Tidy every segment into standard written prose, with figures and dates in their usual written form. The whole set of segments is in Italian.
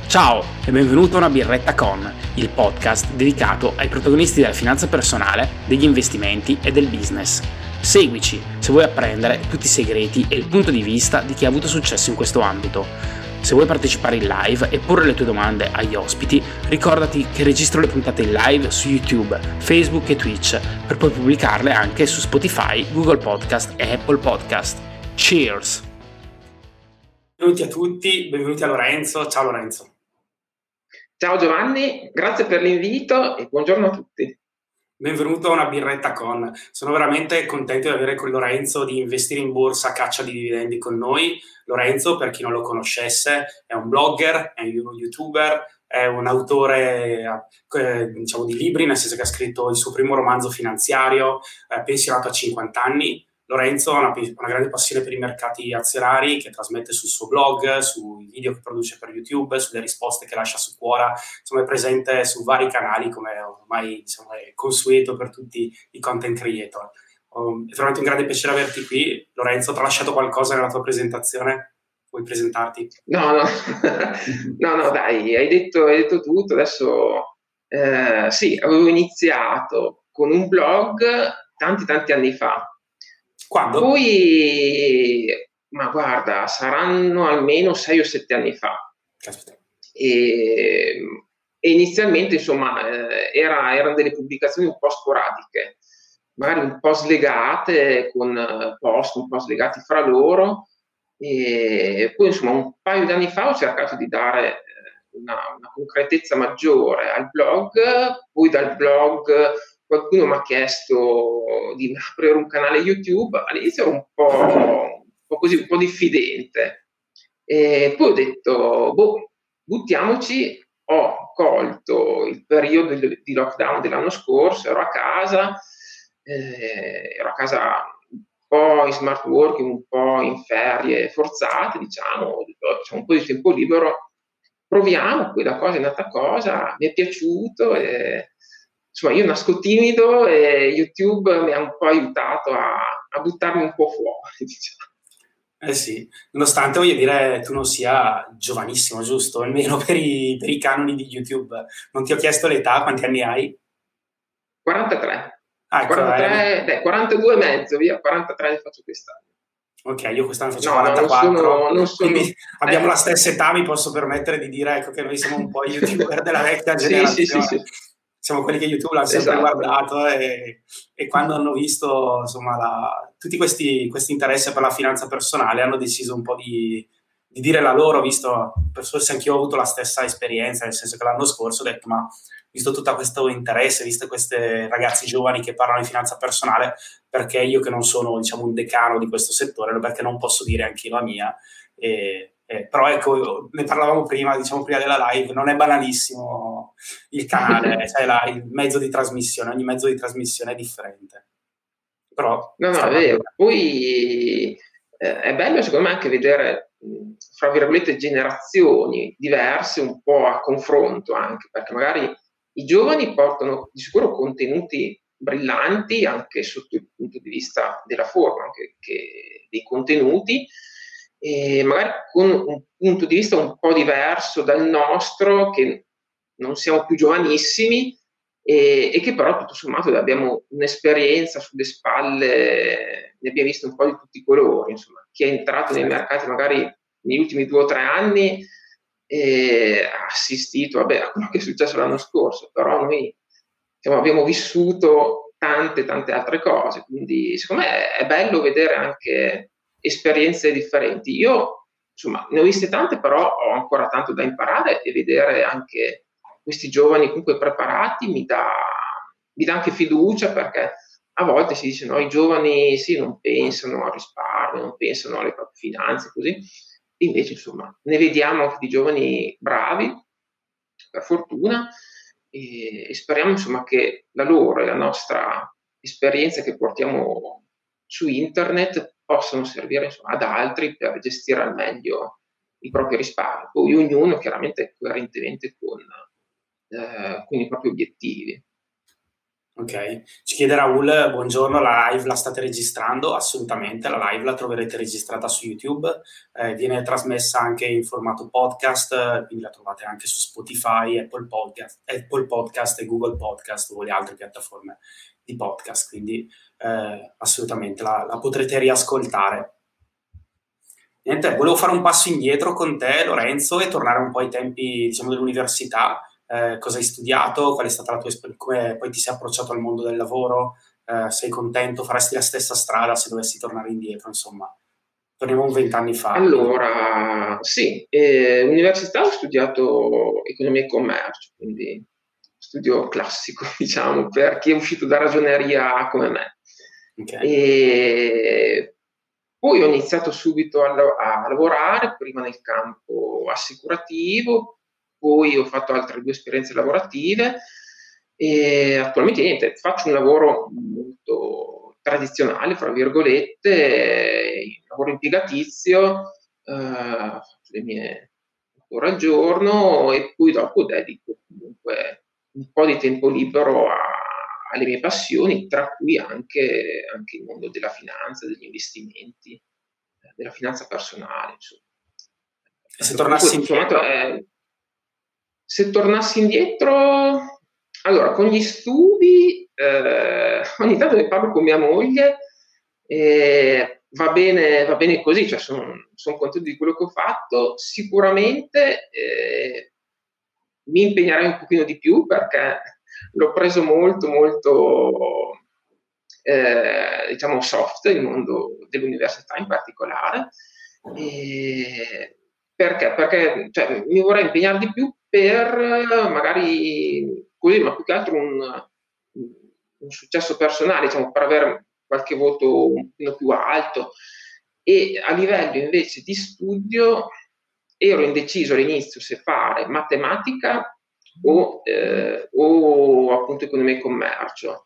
Ciao e benvenuto a Una birretta con, il podcast dedicato ai protagonisti della finanza personale, degli investimenti e del business. Seguici se vuoi apprendere tutti i segreti e il punto di vista di chi ha avuto successo in questo ambito. Se vuoi partecipare in live e porre le tue domande agli ospiti, ricordati che registro le puntate in live su YouTube, Facebook e Twitch, per poi pubblicarle anche su Spotify, Google Podcast e Apple Podcast. Cheers! Benvenuti a tutti, benvenuti a Lorenzo. Ciao Lorenzo. Ciao Giovanni, grazie per l'invito e buongiorno a tutti. Benvenuto a Una birretta con. Sono veramente contento di avere con Lorenzo di investire in borsa a caccia di dividendi con noi. Lorenzo, per chi non lo conoscesse, è un blogger, è un youtuber, è un autore di libri, nel senso che ha scritto il suo primo romanzo finanziario, pensionato a 50 anni. Lorenzo ha una grande passione per i mercati azionari che trasmette sul suo blog, sui video che produce per YouTube, sulle risposte che lascia su Quora. Insomma, è presente su vari canali, come ormai è consueto per tutti i content creator. È veramente un grande piacere averti qui. Lorenzo, ti ho lasciato qualcosa nella tua presentazione? Vuoi presentarti? No, dai, hai detto tutto. Adesso sì, avevo iniziato con un blog tanti anni fa. Quando? Poi, ma guarda, saranno almeno 6 o 7 anni fa. Caspita. E inizialmente, insomma, erano delle pubblicazioni un po' sporadiche, magari un po' slegate, con post un po' slegati fra loro. E poi, insomma, un paio di anni fa ho cercato di dare una concretezza maggiore al blog. Poi dal blog qualcuno mi ha chiesto di aprire un canale YouTube. All'inizio ero un po' così, un po' diffidente. E poi ho detto, buttiamoci. Ho colto il periodo di lockdown dell'anno scorso, ero a casa un po' in smart working, un po' in ferie forzate, diciamo, un po' di tempo libero, proviamo. Poi da cosa è nata cosa, mi è piaciuto, insomma io nasco timido e YouTube mi ha un po' aiutato a buttarmi un po' fuori, diciamo. Eh sì, nonostante voglio dire tu non sia giovanissimo, giusto? Almeno per i canoni di YouTube. Non ti ho chiesto l'età, quanti anni hai? 43. Ecco, 43, 42 e mezzo, via, 43 ne faccio quest'anno. Ok, io quest'anno faccio No, 44, non sono, quindi abbiamo la stessa età, mi posso permettere di dire, ecco, che noi siamo un po' i YouTuber della vecchia generazione. Sì. Siamo quelli che YouTube l'hanno sempre guardato e quando hanno visto, insomma, tutti questi interessi per la finanza personale hanno deciso un po' di dire la loro, visto, forse anch'io ho avuto la stessa esperienza, nel senso che l'anno scorso ho detto, ma visto tutto questo interesse, visto questi ragazzi giovani che parlano di finanza personale, perché io che non sono, diciamo, un decano di questo settore, perché non posso dire anche la mia. Però ecco, ne parlavamo prima, diciamo prima della live, non è banalissimo il canale, cioè il mezzo di trasmissione, ogni mezzo di trasmissione è differente. Però no, è vero. Poi è bello secondo me anche vedere, fra virgolette, generazioni diverse un po' a confronto, anche perché magari i giovani portano di sicuro contenuti brillanti anche sotto il punto di vista della forma, anche che dei contenuti, e magari con un punto di vista un po' diverso dal nostro, che non siamo più giovanissimi e che però tutto sommato abbiamo un'esperienza sulle spalle, ne abbiamo visto un po' di tutti i colori, insomma. Chi è entrato nei mercati magari negli ultimi 2 o 3 anni ha assistito, a quello che è successo l'anno scorso, però noi abbiamo vissuto tante altre cose, quindi secondo me è bello vedere anche esperienze differenti. Io insomma ne ho viste tante, però ho ancora tanto da imparare, e vedere anche questi giovani comunque preparati mi dà anche fiducia, perché a volte si dice no, i giovani sì, non pensano al risparmio, non pensano alle proprie finanze, così. Invece insomma ne vediamo anche di giovani bravi, per fortuna, e speriamo insomma che la loro e la nostra esperienza che portiamo su internet possano servire insomma ad altri per gestire al meglio i propri risparmi. Poi ognuno chiaramente coerentemente con i propri obiettivi. Ok, ci chiede Raul, buongiorno, la live la state registrando? Assolutamente, la live la troverete registrata su YouTube, viene trasmessa anche in formato podcast, quindi la trovate anche su Spotify, Apple Podcast e Google Podcast o le altre piattaforme di podcast, quindi assolutamente la potrete riascoltare. Niente, volevo fare un passo indietro con te, Lorenzo, e tornare un po' ai tempi, diciamo, dell'università. Cosa hai studiato? Qual è stata la tua esperienza? Come poi ti sei approcciato al mondo del lavoro? Sei contento? Faresti la stessa strada se dovessi tornare indietro? Insomma, torniamo un 20 anni fa. Allora, sì, università ho studiato economia e commercio, quindi studio classico, diciamo, per chi è uscito da ragioneria come me. Ok. E poi ho iniziato subito a lavorare, prima nel campo assicurativo, poi ho fatto altre 2 esperienze lavorative e attualmente niente, faccio un lavoro molto tradizionale, fra virgolette, lavoro impiegatizio, faccio le mie 8 ore al giorno e poi dopo dedico comunque un po' di tempo libero alle mie passioni, tra cui anche il mondo della finanza, degli investimenti, della finanza personale, insomma. E se Perché comunque tornassi tutto sommato indietro? se tornassi indietro, allora con gli studi, ogni tanto ne parlo con mia moglie, va bene così, cioè son contento di quello che ho fatto. Sicuramente, mi impegnerei un pochino di più perché l'ho preso molto, molto, diciamo soft, il mondo dell'università in particolare. Ehm, perché cioè, mi vorrei impegnare di più per magari così, ma più che altro un successo personale, diciamo, per avere qualche voto un pochino più alto. E a livello invece di studio ero indeciso all'inizio se fare matematica o appunto economia e commercio.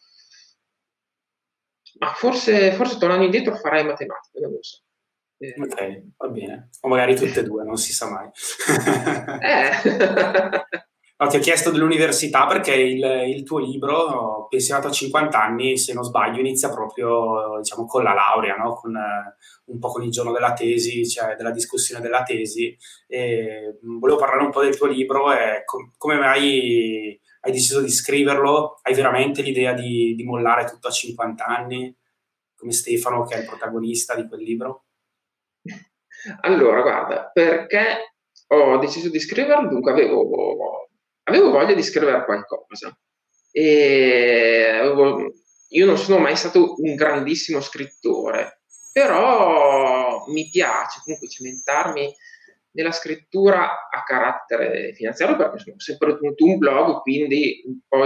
Ma forse tornando indietro farei matematica, non lo so. Ok, va bene. O magari tutte e due, non si sa mai. Eh. No, ti ho chiesto dell'università perché il tuo libro, Pensionato a 50 anni, se non sbaglio, inizia proprio, diciamo, con la laurea, no? Con, un po' con il giorno della tesi, cioè della discussione della tesi. E volevo parlare un po' del tuo libro e come mai hai deciso di scriverlo? Hai veramente l'idea di mollare tutto a 50 anni, come Stefano, che è il protagonista di quel libro? Allora guarda, perché ho deciso di scriverlo, dunque avevo voglia di scrivere qualcosa. Avevo io non sono mai stato un grandissimo scrittore, però mi piace comunque cimentarmi nella scrittura a carattere finanziario, perché insomma ho sempre tenuto un blog, quindi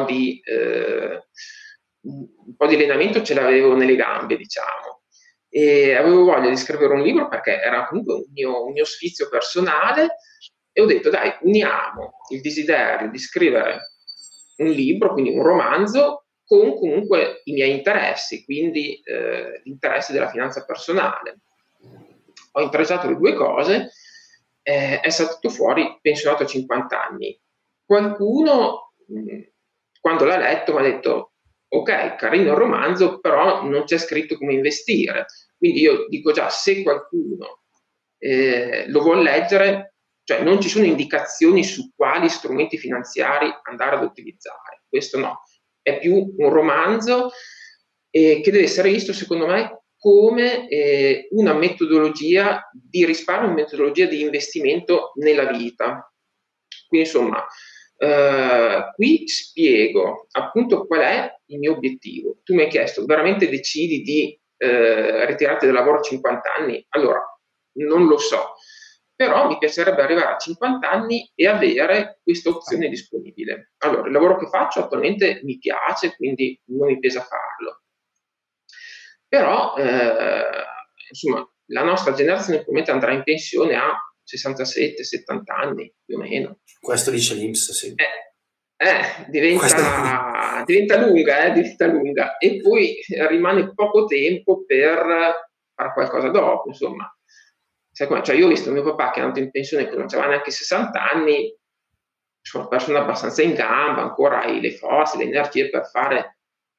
un po' di allenamento ce l'avevo nelle gambe, diciamo. E avevo voglia di scrivere un libro perché era comunque un mio sfizio personale e ho detto dai, uniamo il desiderio di scrivere un libro, quindi un romanzo, con comunque i miei interessi, quindi l'interesse della finanza personale. Ho intrecciato le 2 cose, è saltato fuori Pensionato a 50 anni. Qualcuno, quando l'ha letto m'ha detto: "Okay, carino il romanzo, però non c'è scritto come investire". Quindi io dico già, se qualcuno, lo vuol leggere, cioè non ci sono indicazioni su quali strumenti finanziari andare ad utilizzare, questo no. È più un romanzo, che deve essere visto secondo me come, una metodologia di risparmio, una metodologia di investimento nella vita. Quindi insomma, qui spiego appunto qual è il mio obiettivo. Tu mi hai chiesto: "Veramente decidi di, ritirarti dal lavoro a 50 anni?" Allora, non lo so, però mi piacerebbe arrivare a 50 anni e avere questa opzione disponibile. Allora, il lavoro che faccio attualmente mi piace, quindi non mi pesa farlo. Però, insomma, la nostra generazione probabilmente andrà in pensione a 67, 70 anni, più o meno. Questo dice l'INPS, sì. Questo... Diventa lunga e poi rimane poco tempo per fare qualcosa dopo, insomma. Sai com'è? Cioè io ho visto mio papà che è andato in pensione che non c'aveva neanche 60 anni, sono una persona abbastanza in gamba, ancora hai le forze, le energie per fare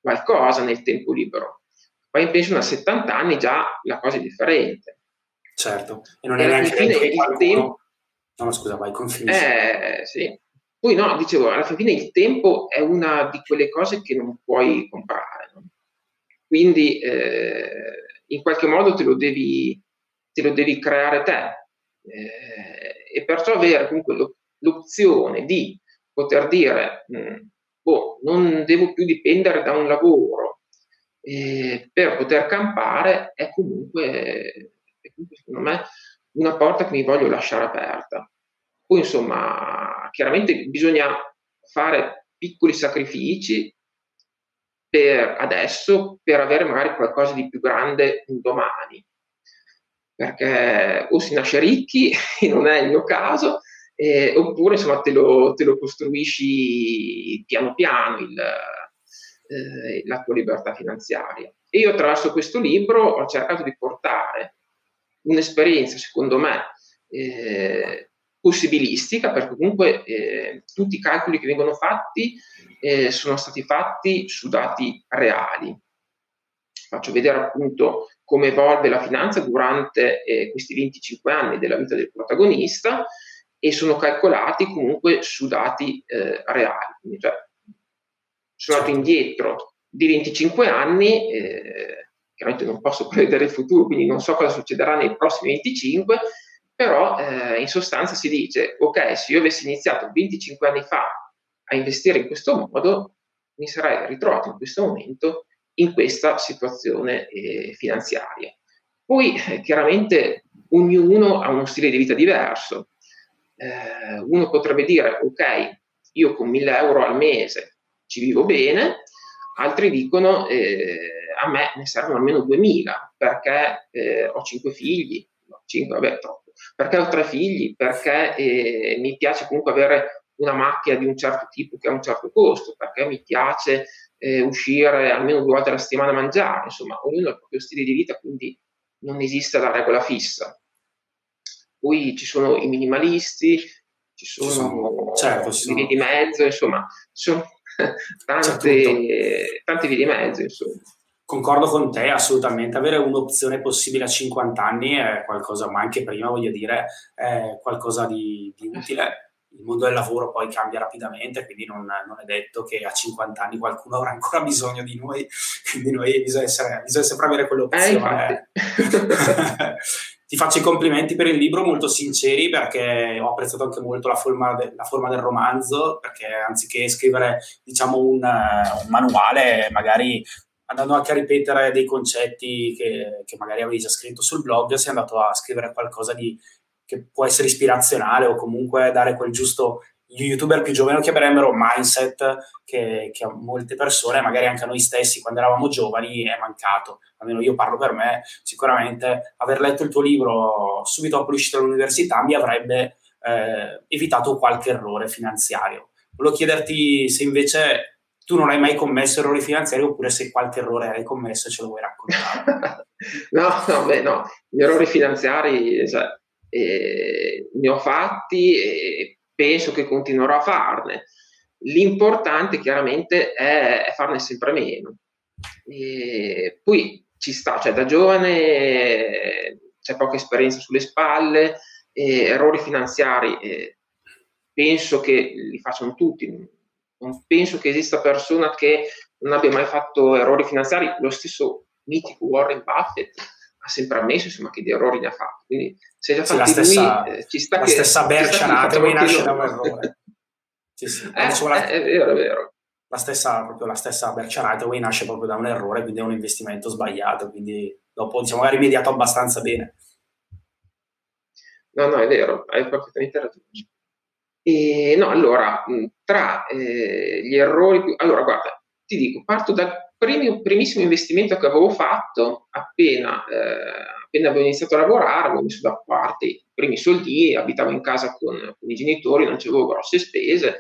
qualcosa nel tempo libero. Poi penso a 70 anni già la cosa è differente. Certo, e non E è alla neanche fine detto che il tempo... No, no, scusa, vai, finisci. Sì. Poi no, dicevo, alla fine il tempo è una di quelle cose che non puoi comprare, no? Quindi in qualche modo te lo devi creare te. E perciò avere comunque l'opzione di poter dire non devo più dipendere da un lavoro per poter campare è comunque secondo me una porta che mi voglio lasciare aperta. Poi insomma chiaramente bisogna fare piccoli sacrifici per adesso, per avere magari qualcosa di più grande un domani, perché o si nasce ricchi, e non è il mio caso, oppure insomma te lo costruisci piano piano la tua libertà finanziaria. E io attraverso questo libro ho cercato di portare un'esperienza, secondo me, possibilistica, perché comunque tutti i calcoli che vengono fatti sono stati fatti su dati reali. Faccio vedere appunto come evolve la finanza durante questi 25 anni della vita del protagonista e sono calcolati comunque su dati reali. Quindi, cioè, sono andato indietro di 25 anni, chiaramente non posso prevedere il futuro, quindi non so cosa succederà nei prossimi 25, però in sostanza si dice, ok, se io avessi iniziato 25 anni fa a investire in questo modo, mi sarei ritrovato in questo momento in questa situazione finanziaria. Poi chiaramente ognuno ha uno stile di vita diverso. Uno potrebbe dire, ok, io con 1.000 euro al mese ci vivo bene, altri dicono a me ne servono almeno 2.000 perché ho 5 figli, no, 5, vabbè, troppo, perché ho 3 figli, perché mi piace comunque avere una macchina di un certo tipo che ha un certo costo, perché mi piace uscire almeno 2 volte alla settimana a mangiare, insomma, ognuno ha il proprio stile di vita, quindi non esiste la regola fissa. Poi ci sono i minimalisti, ci sono le vie di mezzo, insomma, ci sono tante vie di mezzo, insomma. Concordo con te, assolutamente. Avere un'opzione possibile a 50 anni è qualcosa, ma anche prima, voglio dire, è qualcosa di utile. Il mondo del lavoro poi cambia rapidamente, quindi non è detto che a 50 anni qualcuno avrà ancora bisogno di noi, quindi noi bisogna sempre avere quell'opzione. Ti faccio i complimenti per il libro, molto sinceri, perché ho apprezzato anche molto la forma del romanzo, perché anziché scrivere, diciamo, un manuale, magari andando anche a ripetere dei concetti che magari avevi già scritto sul blog, sei andato a scrivere qualcosa che può essere ispirazionale o comunque dare quel giusto, gli youtuber più giovani lo chiamerebbero mindset che a molte persone, magari anche a noi stessi quando eravamo giovani, è mancato. Almeno io parlo per me, sicuramente aver letto il tuo libro subito dopo l'uscita dall'università mi avrebbe evitato qualche errore finanziario. Volevo chiederti se invece tu non hai mai commesso errori finanziari oppure se qualche errore hai commesso e ce lo vuoi raccontare. No, gli errori finanziari ne ho fatti e penso che continuerò a farne. L'importante chiaramente è farne sempre meno. E poi ci sta, cioè da giovane c'è poca esperienza sulle spalle, errori finanziari penso che li facciano tutti, non penso che esista persona che non abbia mai fatto errori finanziari. Lo stesso mitico Warren Buffett ha sempre ammesso, insomma, che di errori ne ha fatti, quindi se li ha fatti lui ci sta la che stessa Berkshire Hathaway nasce da un errore. È vero. La stessa Berkshire Hathaway nasce proprio da un errore, quindi è un investimento sbagliato, quindi dopo, diciamo, ha rimediato abbastanza bene. No, è vero, hai perfettamente ragione. No, allora, tra gli errori allora guarda, ti dico, parto dal primissimo investimento che avevo fatto appena avevo iniziato a lavorare, avevo messo da parte i primi soldini, abitavo in casa con i genitori, non c'avevo grosse spese,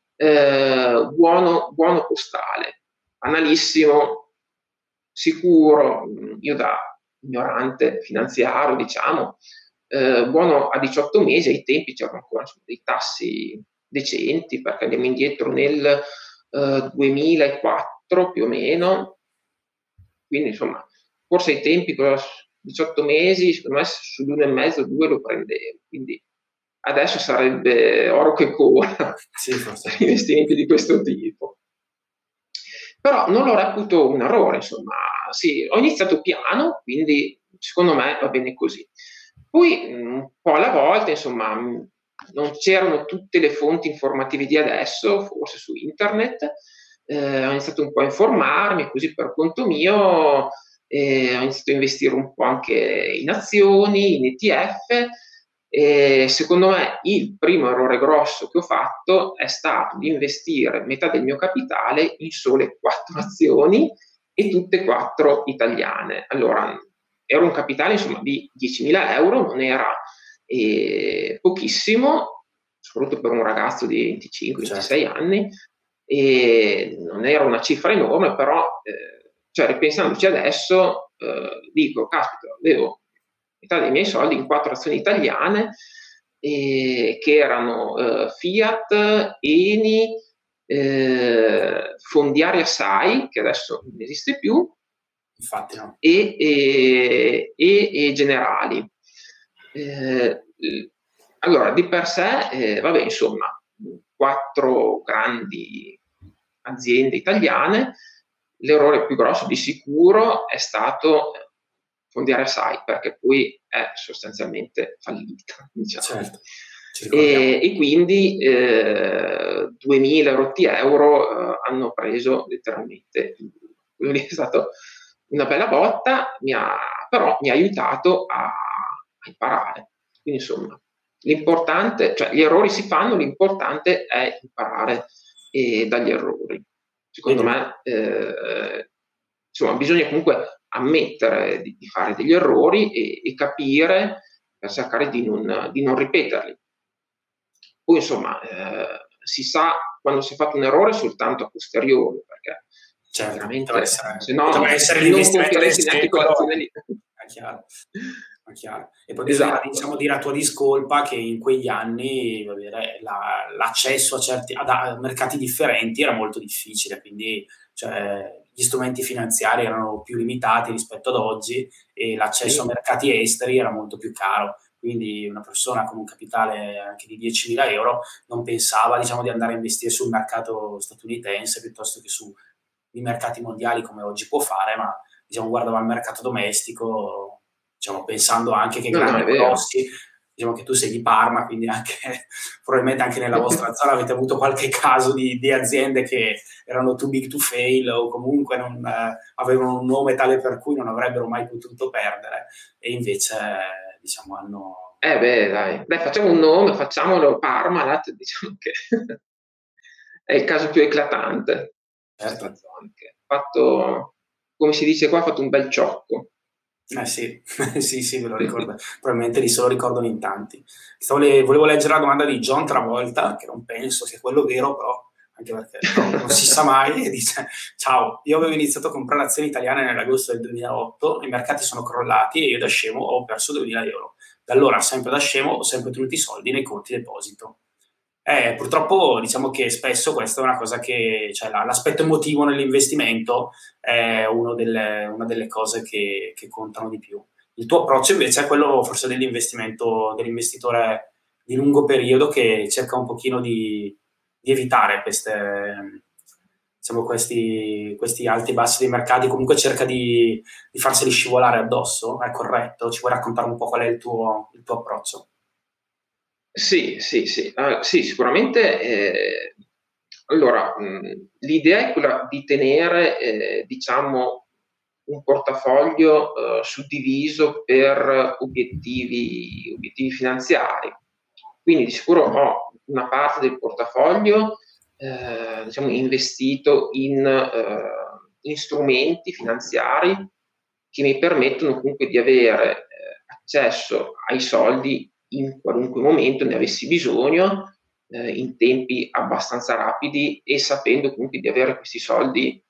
buono postale, banalissimo, sicuro, io da ignorante finanziario, diciamo, buono a 18 mesi, ai tempi c'erano ancora dei tassi decenti, perché andiamo indietro nel 2004, 4 più o meno, quindi insomma, forse ai tempi, 18 mesi, secondo me sull'1,5, 2 lo prendevo, quindi adesso sarebbe oro che cola Sì, forse. investimenti di questo tipo. Però non lo reputo un errore, insomma, sì, ho iniziato piano, quindi secondo me va bene così. Poi un po' alla volta, insomma, non c'erano tutte le fonti informative di adesso, forse su internet, ho iniziato un po' a informarmi, così per conto mio, ho iniziato a investire un po' anche in azioni, in ETF, e secondo me il primo errore grosso che ho fatto è stato di investire metà del mio capitale in sole 4 azioni e tutte e 4 italiane. Allora, era un capitale insomma di 10.000 euro, non era pochissimo, soprattutto per un ragazzo di 25-26 anni, e non era una cifra enorme, però cioè, ripensandoci adesso dico, caspita, avevo metà dei miei soldi in 4 azioni italiane che erano Fiat, Eni, Fondiaria Sai, che adesso non esiste più, infatti no. e Generali. Allora, di per sé, vabbè, insomma, 4 grandi aziende italiane. L'errore più grosso di sicuro è stato Fondiaria Sai, perché poi è sostanzialmente fallita, diciamo. Certo, e quindi 2.000 rotti euro hanno preso letteralmente. Quindi è stata una bella botta, però mi ha aiutato a imparare. Quindi insomma, l'importante, cioè gli errori si fanno, l'importante è imparare dagli errori. Secondo me, insomma, bisogna comunque ammettere di fare degli errori e capire per cercare di non ripeterli. Poi insomma, si sa quando si è fatto un errore soltanto a posteriori, perché veramente se no non compieresti neanche quell'azione lì. È chiaro. E poi bisogna, diciamo, dire a tua discolpa che in quegli anni l'accesso a mercati differenti era molto difficile, quindi cioè, gli strumenti finanziari erano più limitati rispetto ad oggi e l'accesso a mercati esteri era molto più caro. Quindi una persona con un capitale anche di 10.000 euro non pensava, diciamo, di andare a investire sul mercato statunitense piuttosto che sui mercati mondiali come oggi può fare, ma diciamo, guardava il mercato domestico, diciamo, pensando anche che grandi colossi, diciamo che tu sei di Parma, quindi anche probabilmente anche nella vostra zona avete avuto qualche caso di aziende che erano too big to fail o comunque non avevano un nome tale per cui non avrebbero mai potuto perdere, e invece diciamo hanno... dai, facciamo un nome, facciamolo Parmalat, diciamo che è il caso più eclatante. Certo. Fatto, come si dice qua, ha fatto un bel ciocco. Sì, sì, me lo ricordo. Probabilmente se lo ricordano in tanti. Volevo leggere la domanda di John Travolta, che non penso sia quello vero, però anche perché non si sa mai, e dice: ciao, io avevo iniziato a comprare azioni italiane nell'agosto del 2008, i mercati sono crollati e io da scemo ho perso 2.000 euro. Da allora, sempre da scemo, ho sempre tenuto i soldi nei conti deposito. Purtroppo diciamo che spesso questa è una cosa che, cioè, l'aspetto emotivo nell'investimento è una delle cose che contano di più. Il tuo approccio invece è quello forse dell'investitore di lungo periodo che cerca un pochino di evitare questi alti e bassi dei mercati, comunque cerca di farseli scivolare addosso, è corretto? Ci vuoi raccontare un po' qual è il tuo approccio? Sì, sicuramente. Allora, l'idea è quella di tenere, diciamo, un portafoglio suddiviso per obiettivi finanziari. Quindi di sicuro ho una parte del portafoglio diciamo, investito in strumenti finanziari che mi permettono comunque di avere accesso ai soldi in qualunque momento ne avessi bisogno, in tempi abbastanza rapidi, e sapendo comunque di avere questi soldi,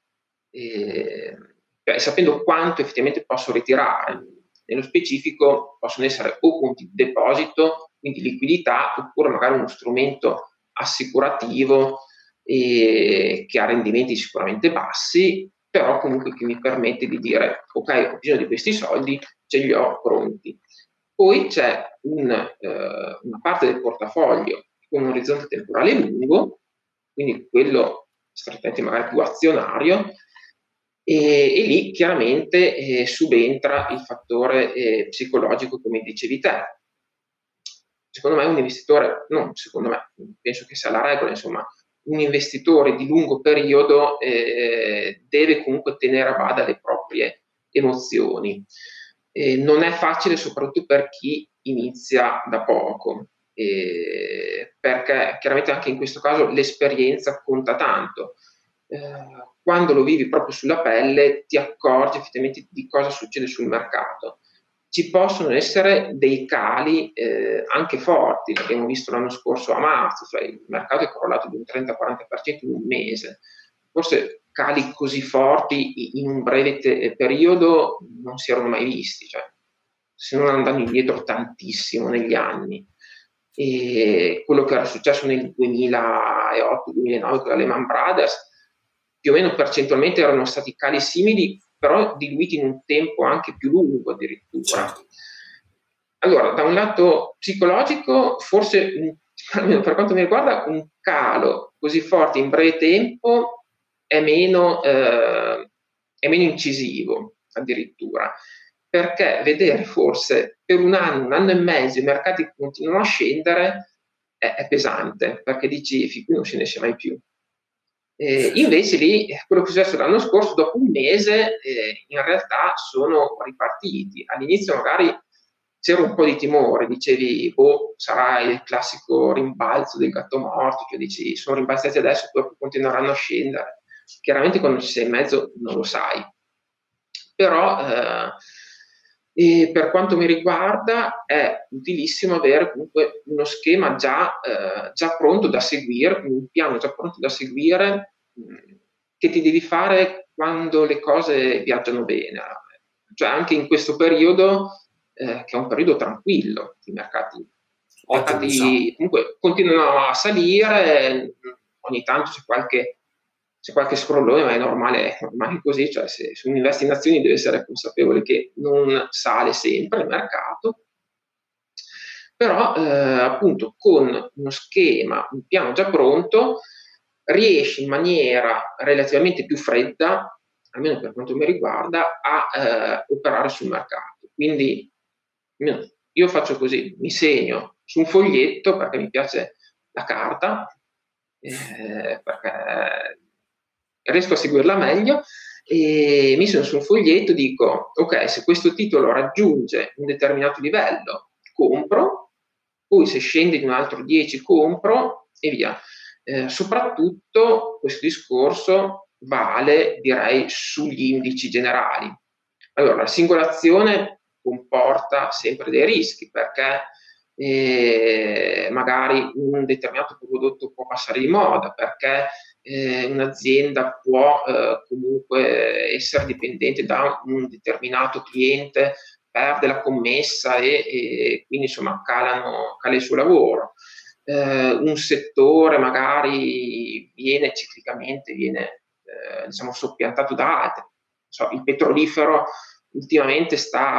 sapendo quanto effettivamente posso ritirare. Nello specifico possono essere o conti di deposito, quindi liquidità, oppure magari uno strumento assicurativo e che ha rendimenti sicuramente bassi, però comunque che mi permette di dire ok, ho bisogno di questi soldi, ce li ho pronti. Poi c'è una parte del portafoglio con un orizzonte temporale lungo, quindi quello strettamente magari più azionario, e lì chiaramente subentra il fattore psicologico, come dicevi te. Secondo me un investitore, non secondo me, penso che sia la regola, insomma, un investitore di lungo periodo deve comunque tenere a bada le proprie emozioni. Non è facile, soprattutto per chi inizia da poco, perché chiaramente anche in questo caso l'esperienza conta tanto. Quando lo vivi proprio sulla pelle ti accorgi effettivamente di cosa succede sul mercato. Ci possono essere dei cali anche forti, l'abbiamo visto l'anno scorso a marzo, cioè il mercato è crollato di un 30-40% in un mese. Forse cali così forti in un breve periodo non si erano mai visti, cioè, se non andando indietro tantissimo negli anni. E quello che era successo nel 2008-2009 con la Lehman Brothers, più o meno percentualmente erano stati cali simili, però diluiti in un tempo anche più lungo addirittura. Certo. Allora, da un lato psicologico, forse, almeno per quanto mi riguarda, un calo così forte in breve tempo è meno incisivo addirittura, perché vedere forse per un anno e mezzo i mercati continuano a scendere è pesante, perché dici, qui non se ne esce mai più. Invece lì, quello che è successo l'anno scorso, dopo un mese, in realtà sono ripartiti. All'inizio magari c'era un po' di timore, dicevi, sarà il classico rimbalzo del gatto morto, che dici, sono rimbalzati adesso, poi continueranno a scendere. Chiaramente quando ci sei in mezzo non lo sai. Però per quanto mi riguarda è utilissimo avere comunque uno schema già pronto da seguire, un piano già pronto da seguire, che ti devi fare quando le cose viaggiano bene. Cioè anche in questo periodo, che è un periodo tranquillo, i mercati comunque continuano a salire, ogni tanto c'è qualche scrollone, ma è normale così, cioè se uno investe in azioni deve essere consapevole che non sale sempre il mercato, però appunto con uno schema, un piano già pronto, riesci in maniera relativamente più fredda, almeno per quanto mi riguarda, a operare sul mercato. Quindi io faccio così, mi segno su un foglietto perché mi piace la carta, perché riesco a seguirla meglio, e mi segno su un foglietto, dico ok, se questo titolo raggiunge un determinato livello compro, poi se scende di un altro 10 compro e via. Soprattutto questo discorso vale, direi, sugli indici generali. Allora, la singola azione comporta sempre dei rischi, perché magari un determinato prodotto può passare di moda, perché un'azienda può comunque essere dipendente da un determinato cliente, perde la commessa e quindi insomma cala il suo lavoro. Un settore magari ciclicamente viene diciamo soppiantato da altri. Il petrolifero ultimamente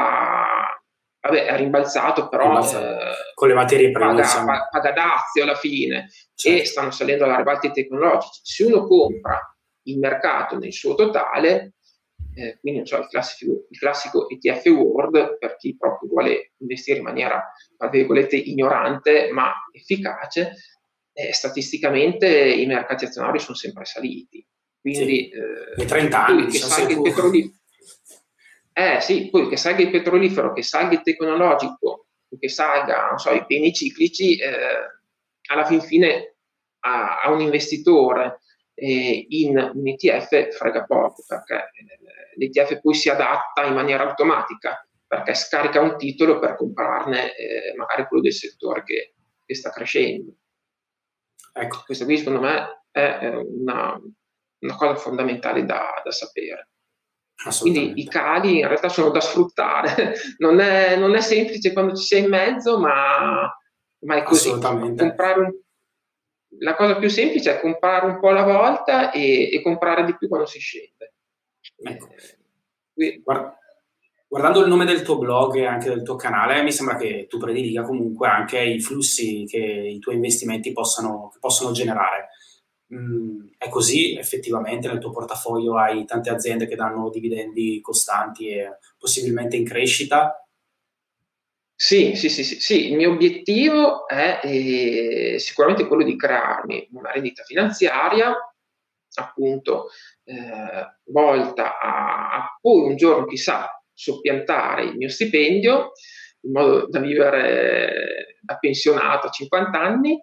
è rimbalzato, però con le materie prime paga dazio alla fine, certo. E stanno salendo alla ribalta i tecnologici. Se uno compra il mercato nel suo totale, quindi il classico ETF World, per chi proprio vuole investire in maniera, tra virgolette, ignorante ma efficace, statisticamente i mercati azionari sono sempre saliti. Quindi nei 30 anni che salga il petrolifero, poi che salga il petrolifero, che salga il tecnologico, che salga, i beni ciclici, alla fin fine a un investitore in un ETF frega poco, perché l'ETF poi si adatta in maniera automatica, perché scarica un titolo per comprarne magari quello del settore che sta crescendo. Ecco. Questo qui secondo me è una cosa fondamentale da sapere. Quindi i cali in realtà sono da sfruttare, non è semplice quando ci sei in mezzo, ma è così. Assolutamente. Comprare la cosa più semplice è comprare un po' alla volta e comprare di più quando si scende. Ecco. Guardando il nome del tuo blog e anche del tuo canale, mi sembra che tu prediliga comunque anche i flussi che i tuoi investimenti possono generare. È così? Effettivamente nel tuo portafoglio hai tante aziende che danno dividendi costanti e possibilmente in crescita? Sì, il mio obiettivo è sicuramente quello di crearmi una rendita finanziaria, appunto, volta a poi un giorno, chissà, soppiantare il mio stipendio, in modo da vivere da pensionato a 50 anni.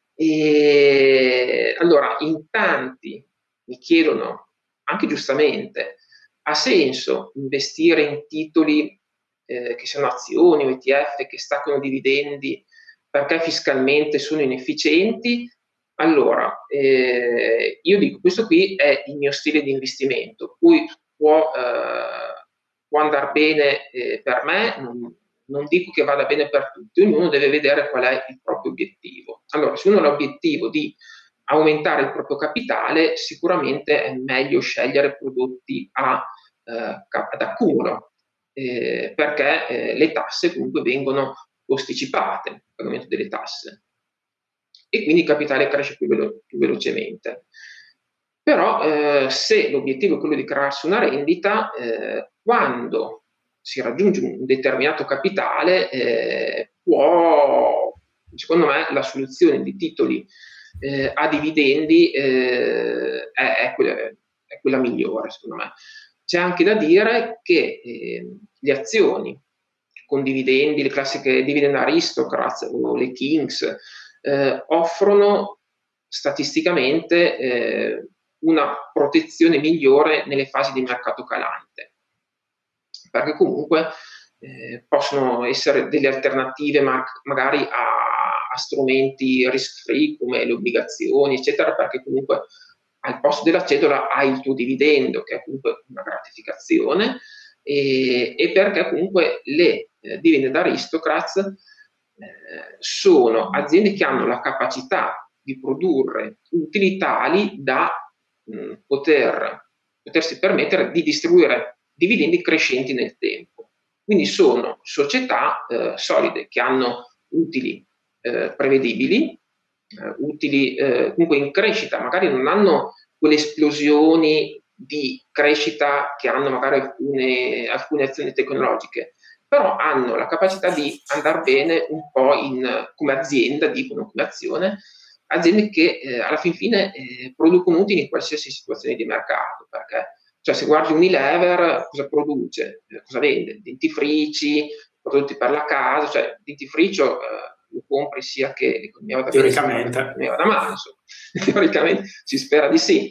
E allora, in tanti mi chiedono, anche giustamente, ha senso investire in titoli che siano azioni o ETF che staccano dividendi perché fiscalmente sono inefficienti? Allora, io dico, questo qui è il mio stile di investimento, cui può andare bene per me, non dico che vada bene per tutti, ognuno deve vedere qual è il proprio obiettivo. Allora, se uno ha l'obiettivo di aumentare il proprio capitale, sicuramente è meglio scegliere prodotti ad accumulo, perché le tasse comunque vengono posticipate, il pagamento delle tasse, e quindi il capitale cresce più velocemente. Però se l'obiettivo è quello di crearsi una rendita, quando si raggiunge un determinato capitale, secondo me, la soluzione di titoli a dividendi è quella migliore, secondo me. C'è anche da dire che le azioni con dividendi, le classiche dividend aristocrats o le Kings, offrono statisticamente una protezione migliore nelle fasi di mercato calante, perché comunque possono essere delle alternative magari a strumenti risk free come le obbligazioni, eccetera, perché comunque al posto della cedola hai il tuo dividendo, che è comunque una gratificazione, e perché comunque le dividend aristocrats sono aziende che hanno la capacità di produrre utili tali da potersi permettere di distribuire dividendi crescenti nel tempo. Quindi sono società solide che hanno utili prevedibili, utili comunque in crescita, magari non hanno quelle esplosioni di crescita che hanno magari alcune azioni tecnologiche, però hanno la capacità di andare bene un po' come azienda, dicono come azione, aziende che alla fin fine producono utili in qualsiasi situazione di mercato, perché cioè, se guardi Unilever, cosa produce? Cosa vende? Dentifrici, prodotti per la casa, cioè dentifricio lo compri sia che l'economia vada bene, sia che l'economia vada male, teoricamente si spera di sì.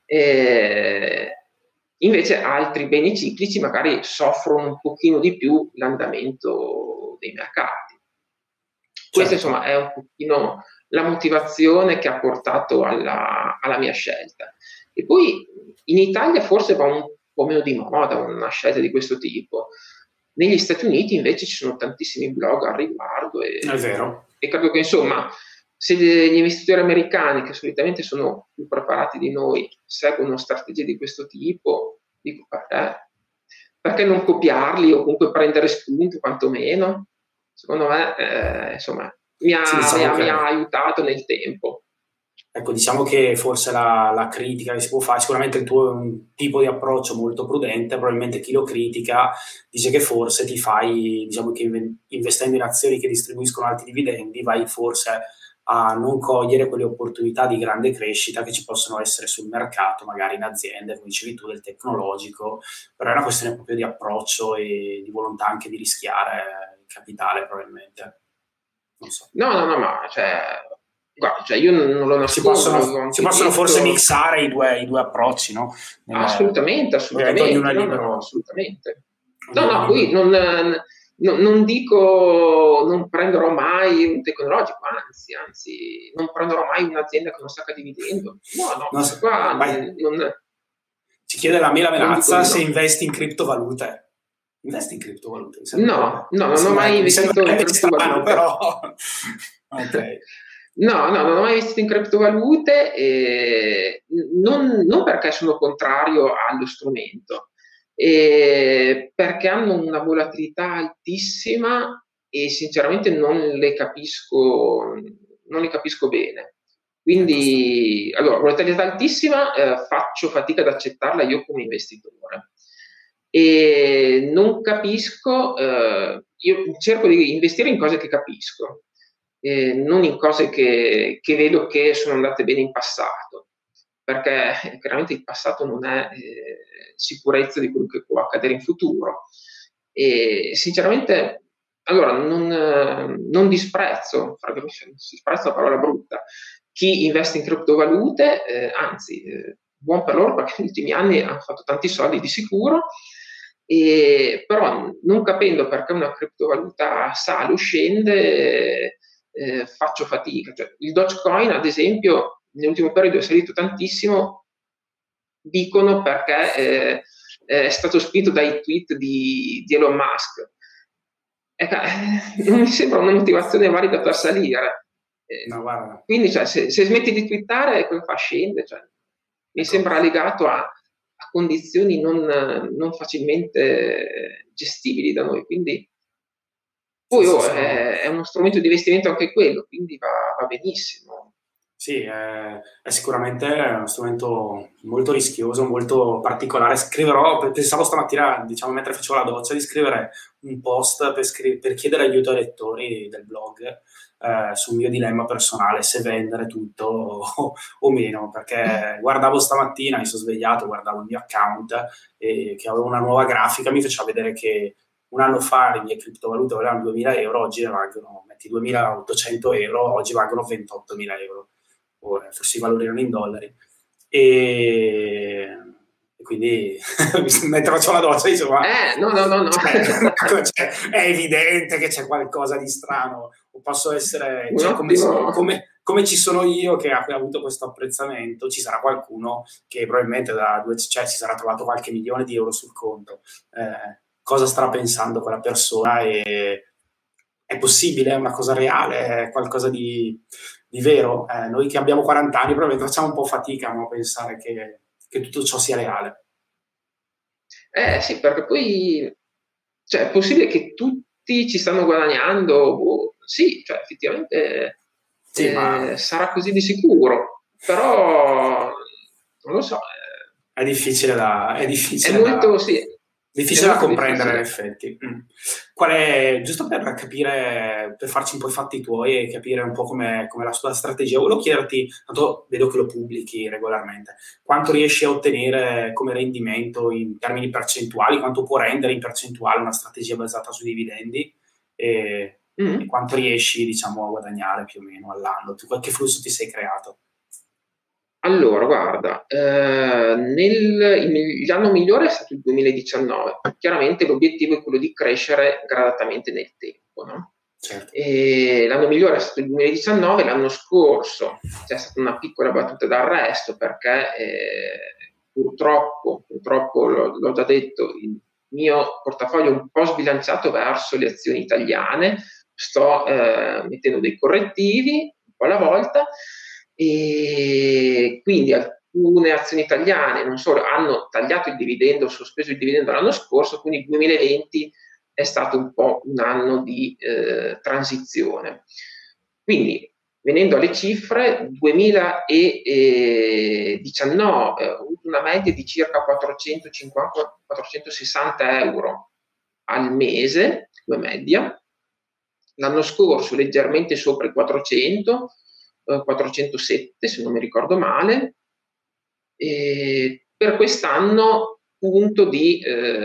Invece altri beni ciclici magari soffrono un pochino di più l'andamento dei mercati. Questa insomma è un pochino la motivazione che ha portato alla mia scelta. E poi in Italia forse va un po' meno di moda una scelta di questo tipo. Negli Stati Uniti invece ci sono tantissimi blog al riguardo è vero. E credo che insomma se gli investitori americani, che solitamente sono più preparati di noi, seguono strategie di questo tipo, dico perché non copiarli o comunque prendere spunto quantomeno? Secondo me insomma mi ha aiutato nel tempo. Ecco, diciamo che forse la critica che si può fare, sicuramente il tuo è un tipo di approccio molto prudente, probabilmente chi lo critica dice che forse ti fai, diciamo che investendo in azioni che distribuiscono alti dividendi vai forse a non cogliere quelle opportunità di grande crescita che ci possono essere sul mercato, magari in aziende, come dicevi tu, del tecnologico, però è una questione proprio di approccio e di volontà anche di rischiare il capitale, probabilmente. Non so. No, ma guarda, io non lo nascondo. Si possono forse mixare i due approcci, no? Assolutamente. No, assolutamente. No, qui non dico non prenderò mai un tecnologico, anzi, non prenderò mai un'azienda che non stacca dividendo. Ci chiede la Mela Melazza se investi in criptovalute. Investi in criptovalute? No, non ho mai investito in criptovalute. Però ok. No, no, non ho mai investito in criptovalute, non perché sono contrario allo strumento, perché hanno una volatilità altissima e sinceramente non le capisco bene. Ecco, Quindi, allora, volatilità altissima, faccio fatica ad accettarla io come investitore. E non capisco, io cerco di investire in cose che capisco, non in cose che vedo che sono andate bene in passato, perché chiaramente il passato non è sicurezza di quello che può accadere in futuro. E sinceramente, allora, non disprezzo, disprezzo è una parola brutta, chi investe in criptovalute, anzi, buon per loro perché negli ultimi anni hanno fatto tanti soldi di sicuro, però non capendo perché una criptovaluta sale o scende, faccio fatica. Cioè, il Dogecoin, ad esempio, nell'ultimo periodo è salito tantissimo, dicono perché è stato spinto dai tweet di Elon Musk. Non mi sembra una motivazione valida per salire. no, guarda, Quindi, cioè, se smetti di twittare, come fa? Scende. Cioè, mi ecco, sembra legato a condizioni non facilmente gestibili da noi. Quindi, sì, poi sì, è uno strumento di investimento anche quello, quindi va benissimo. sì, è sicuramente uno strumento molto rischioso, molto particolare. Scriverò, pensavo stamattina, diciamo, mentre facevo la doccia, di scrivere un post per chiedere aiuto ai lettori del blog sul mio dilemma personale, se vendere tutto o meno, perché guardavo stamattina, mi sono svegliato, guardavo il mio account e che avevo una nuova grafica, mi faceva vedere che un anno fa le mie criptovalute valevano 2.000 euro, oggi ne valgono, metti 2.800 euro, oggi valgono 28.000 euro, o forse i valori erano in dollari. E quindi mentre faccio la doccia dicevo, ma No, no, no, no. è evidente che c'è qualcosa di strano, o posso essere, Un cioè, ottimo. come ci sono io che ha avuto questo apprezzamento, ci sarà qualcuno che probabilmente cioè, si sarà trovato qualche milione di euro sul conto. Cosa starà pensando quella persona? E è possibile, è una cosa reale, è qualcosa di vero. Noi che abbiamo 40 anni probabilmente facciamo un po' fatica, no, a pensare che tutto ciò sia reale. Sì, perché poi, cioè, è possibile che tutti ci stanno guadagnando? Boh, sì, cioè, effettivamente Sì, ma sarà così di sicuro, però non lo so, è è difficile molto, da, sì, è difficile da molto comprendere in difficile. effetti. Qual è, giusto per capire, per farci un po' i fatti tuoi e capire un po' come la sua strategia, volevo chiederti, tanto vedo che lo pubblichi regolarmente, quanto riesci a ottenere come rendimento in termini percentuali, quanto può rendere in percentuale una strategia basata sui dividendi e Mm. quanto riesci, diciamo, a guadagnare più o meno all'anno? Tu qualche flusso ti sei creato? Allora, guarda, l'anno migliore è stato il 2019. Chiaramente l'obiettivo è quello di crescere gradatamente nel tempo, no? Certo. E l'anno migliore è stato il 2019, l'anno scorso c'è stata una piccola battuta d'arresto perché purtroppo l'ho già detto, il mio portafoglio è un po' sbilanciato verso le azioni italiane, sto mettendo dei correttivi un po' alla volta e quindi alcune azioni italiane non solo hanno tagliato il dividendo, sospeso il dividendo l'anno scorso, quindi il 2020 è stato un po' un anno di transizione. Quindi, venendo alle cifre, 2019 ho avuto una media di circa 450-460 euro al mese come media, l'anno scorso leggermente sopra i 400, 407 se non mi ricordo male, e per quest'anno punto di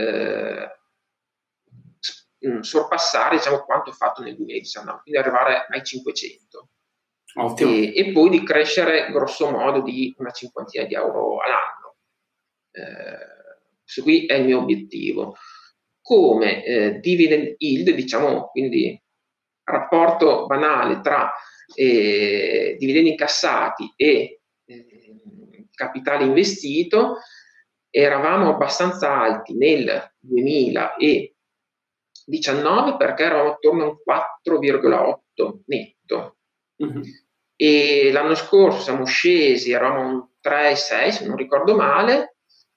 sorpassare, diciamo, quanto fatto nel 2019, quindi arrivare ai 500 Ottimo. e poi di crescere grosso modo di una cinquantina di euro all'anno. Questo qui è il mio obiettivo. Come dividend yield, diciamo, quindi rapporto banale tra dividendi incassati e capitale investito, eravamo abbastanza alti nel 2019 perché eravamo attorno a un 4,8 netto. Mhm. e l'anno scorso siamo scesi, eravamo un 3,6 se non ricordo male,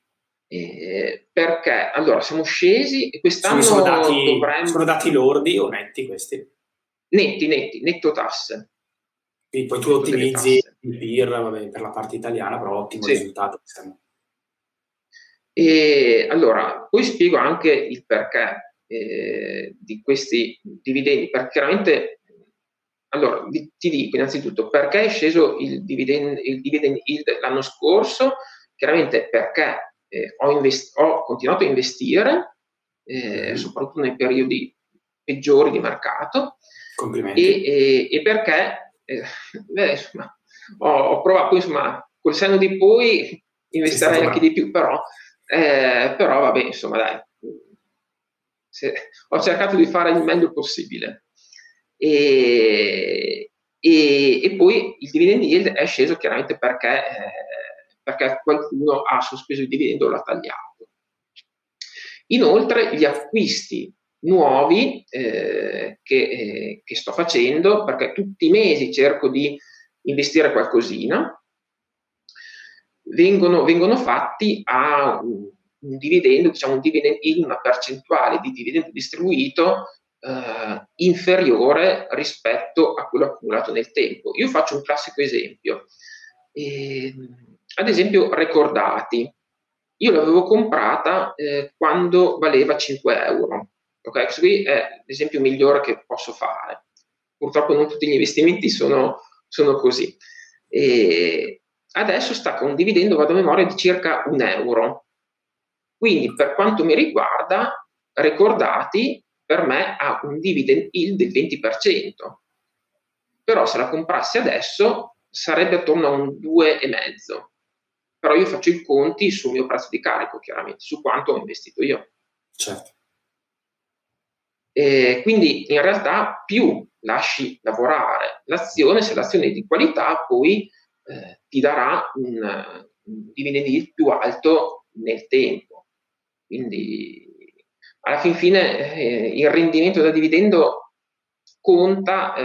perché allora siamo scesi e quest'anno Sono dovremmo... dati lordi o netti questi? Netti, netto tasse. Quindi poi tu Netto delle ottimizzi tasse. il PIR, vabbè, per la parte italiana, però ottimo Sì. risultato. E allora, poi spiego anche il perché di questi dividendi, perché chiaramente, allora, ti dico innanzitutto perché è sceso il dividend yield l'anno scorso, chiaramente perché ho continuato a investire, soprattutto nei periodi peggiori di mercato, Complimenti. e perché insomma, ho provato, insomma, col senno di poi investirei anche di più, però vabbè, insomma, dai, ho cercato di fare il meglio possibile. E poi il dividend yield è sceso chiaramente perché qualcuno ha sospeso il dividendo o l'ha tagliato. Inoltre gli acquisti nuovi che sto facendo, perché tutti i mesi cerco di investire qualcosina, vengono fatti a un dividendo, diciamo un dividend yield, una percentuale di dividendo distribuito inferiore rispetto a quello accumulato nel tempo. Io faccio un classico esempio. Ad esempio, Recordati. Io l'avevo comprata quando valeva 5 euro. Okay? Questo qui è l'esempio migliore che posso fare. Purtroppo non tutti gli investimenti sono così. Adesso sta con un dividendo, vado a memoria, di circa 1 euro. Quindi, per quanto mi riguarda, Recordati per me ha un dividend yield del 20%. Però se la comprassi adesso sarebbe attorno a un 2,5. Però io faccio i conti sul mio prezzo di carico, chiaramente, su quanto ho investito io. Certo. Quindi in realtà più lasci lavorare l'azione, se l'azione è di qualità, poi ti darà un dividend yield più alto nel tempo. Quindi alla fin fine il rendimento da dividendo conta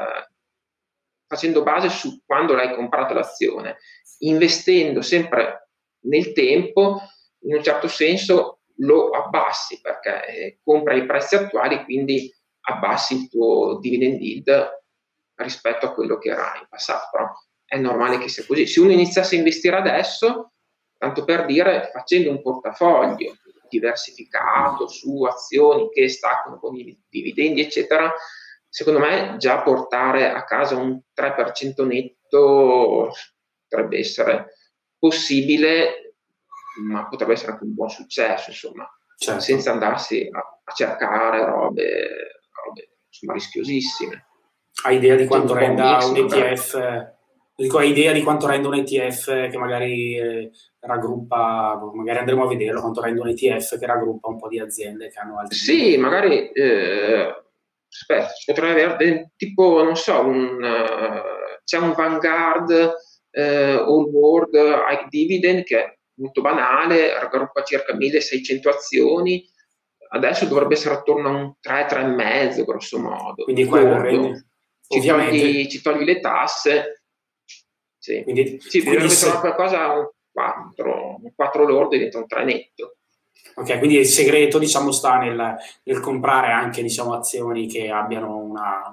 facendo base su quando l'hai comprato l'azione, investendo sempre nel tempo, in un certo senso lo abbassi perché compra i prezzi attuali, quindi abbassi il tuo dividend yield rispetto a quello che era in passato, però è normale che sia così. Se uno iniziasse a investire adesso, tanto per dire, facendo un portafoglio diversificato su azioni che staccano con i dividendi, eccetera, secondo me già portare a casa un 3% netto potrebbe essere possibile, ma potrebbe essere anche un buon successo, insomma, certo. Senza andarsi a cercare robe insomma, rischiosissime. Hai idea di quanto renda un ETF? Dico, hai idea di quanto rende un ETF che magari raggruppa, magari andremo a vederlo, quanto rende un ETF che raggruppa un po' di aziende che hanno altri Sì, magari aspetta, potrei avere tipo, non so, c'è un Vanguard All World High Dividend che è molto banale, raggruppa circa 1600 azioni, adesso dovrebbe essere attorno a un 3,5 grosso modo. Quindi quello ci togli le tasse, sì, dovrebbe trovare qualcosa, un 4 lordo diventa un 3 netto. Ok, quindi il segreto, diciamo, sta nel comprare anche, diciamo, azioni che abbiano una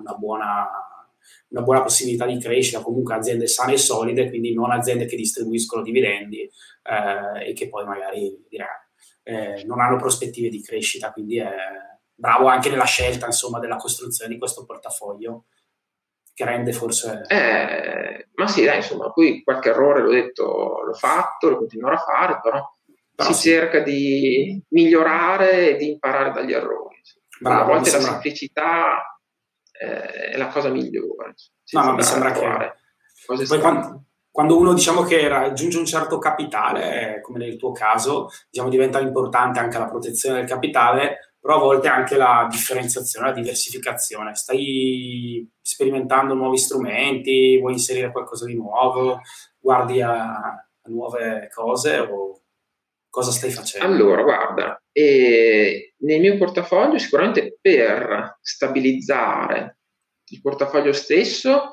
buona possibilità di crescita, comunque aziende sane e solide, quindi non aziende che distribuiscono dividendi e che poi magari non hanno prospettive di crescita, quindi è bravo anche nella scelta, insomma, della costruzione di questo portafoglio, che rende forse... ma sì, dai, insomma, poi qualche errore l'ho fatto, lo continuerò a fare, però si cerca di migliorare e di imparare dagli errori. Bravo, a volte la semplicità è la cosa migliore. No, mi sembra che... Poi quando uno, diciamo, che raggiunge un certo capitale, come nel tuo caso, diciamo, diventa importante anche la protezione del capitale, però a volte anche la differenziazione, la diversificazione. Stai sperimentando nuovi strumenti, vuoi inserire qualcosa di nuovo, guardi a nuove cose o cosa stai facendo? Allora, guarda, nel mio portafoglio sicuramente per stabilizzare il portafoglio stesso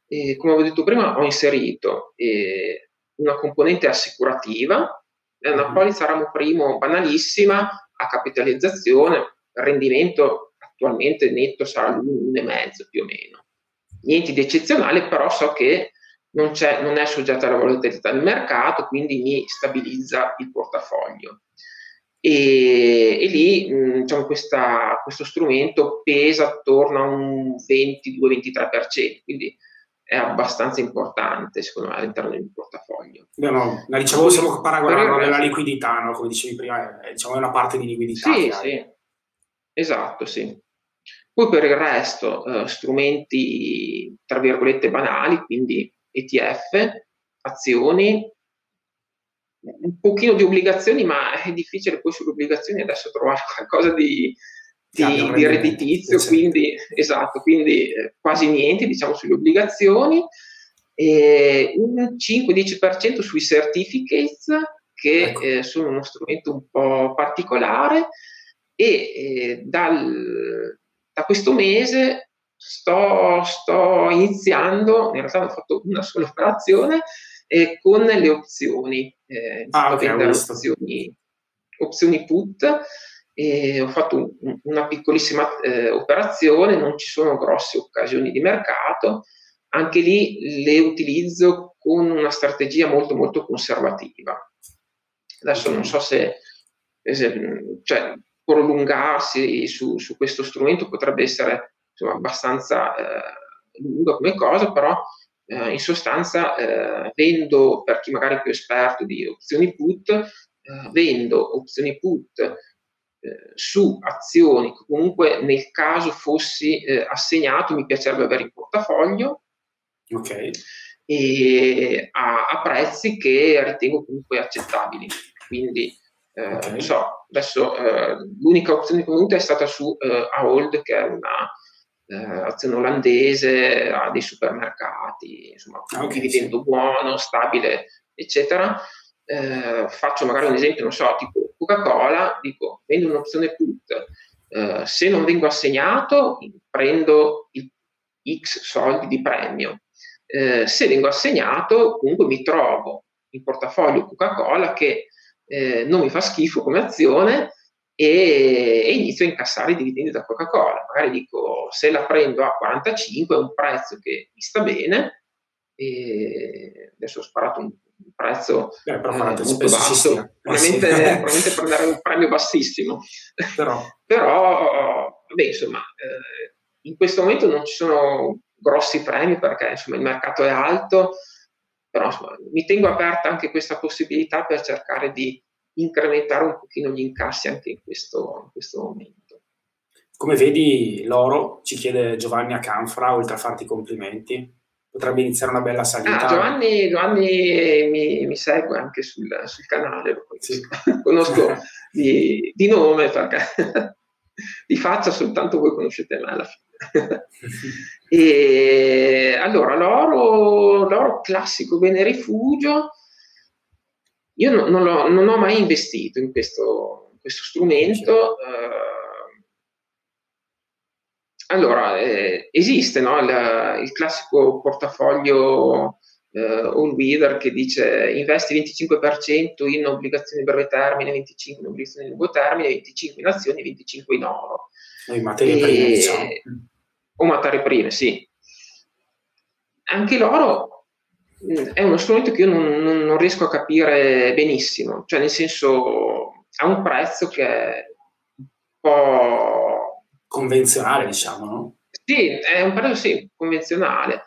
E, come avevo detto prima, ho inserito una componente assicurativa, è una polizza ramo primo banalissima, a capitalizzazione, rendimento attualmente netto sarà l'1,5 più o meno. Niente di eccezionale, però so che non è soggetta alla volatilità del mercato, quindi mi stabilizza il portafoglio. E lì diciamo, questo strumento pesa attorno a un 22-23%, quindi è abbastanza importante secondo me all'interno del portafoglio. Beh, no, diciamo, possiamo paragonarlo alla liquidità, no? Come dicevi prima, diciamo, è una parte di liquidità che hai. Sì, esatto, sì. Poi per il resto strumenti tra virgolette banali, quindi ETF, azioni, un pochino di obbligazioni, ma è difficile poi sulle obbligazioni adesso trovare qualcosa di redditizio, quindi esatto, quindi quasi niente diciamo sulle obbligazioni, e un 5-10% sui certificates che Ecco. sono uno strumento un po' particolare, e da questo mese sto iniziando, in realtà ho fatto una sola operazione, con le opzioni, sto a Ok, ho vendere visto. opzioni put, e ho fatto una piccolissima operazione, non ci sono grosse occasioni di mercato, anche lì le utilizzo con una strategia molto molto conservativa. Adesso non so se cioè, prolungarsi su questo strumento potrebbe essere insomma, abbastanza lunga come cosa, però in sostanza vendo, per chi magari è più esperto di opzioni put, vendo opzioni put su azioni che comunque nel caso fossi assegnato mi piacerebbe avere in portafoglio, e a prezzi che ritengo comunque accettabili. Quindi non so, adesso l'unica opzione che ho avuto è stata su Ahold, che è una azione olandese, ha dei supermercati, insomma, un dividendo buono, stabile, eccetera. Faccio magari un esempio, non so, tipo Coca-Cola, dico, vendo un'opzione put, se non vengo assegnato prendo il X soldi di premio, se vengo assegnato comunque mi trovo in portafoglio Coca-Cola che non mi fa schifo come azione, e inizio a incassare i dividendi da Coca-Cola. Magari dico, se la prendo a 45 è un prezzo che mi sta bene, e adesso ho sparato un prezzo molto basso, probabilmente prendere un premio bassissimo. Però vabbè, insomma, in questo momento non ci sono grossi premi perché insomma, il mercato è alto, però insomma, mi tengo aperta anche questa possibilità per cercare di incrementare un pochino gli incassi anche in questo momento. Come vedi, l'oro, ci chiede Giovanni a Canfra, oltre a farti complimenti, potrebbe iniziare una bella salita. Giovanni mi segue anche sul canale, lo conosco di nome, perché di faccia soltanto voi conoscete me alla fine. E allora, l'oro classico bene rifugio, io non ho mai investito in questo strumento. Allora, esiste, no, il classico portafoglio all-weather che dice investi 25% in obbligazioni breve termine, 25% in obbligazioni di lungo termine, 25% in azioni, 25% in oro. In materie prime, diciamo. O materie prime, sì. Anche l'oro è uno strumento che io non riesco a capire benissimo, cioè nel senso ha un prezzo che è un po' convenzionale, diciamo, no? Sì, è un prezzo convenzionale.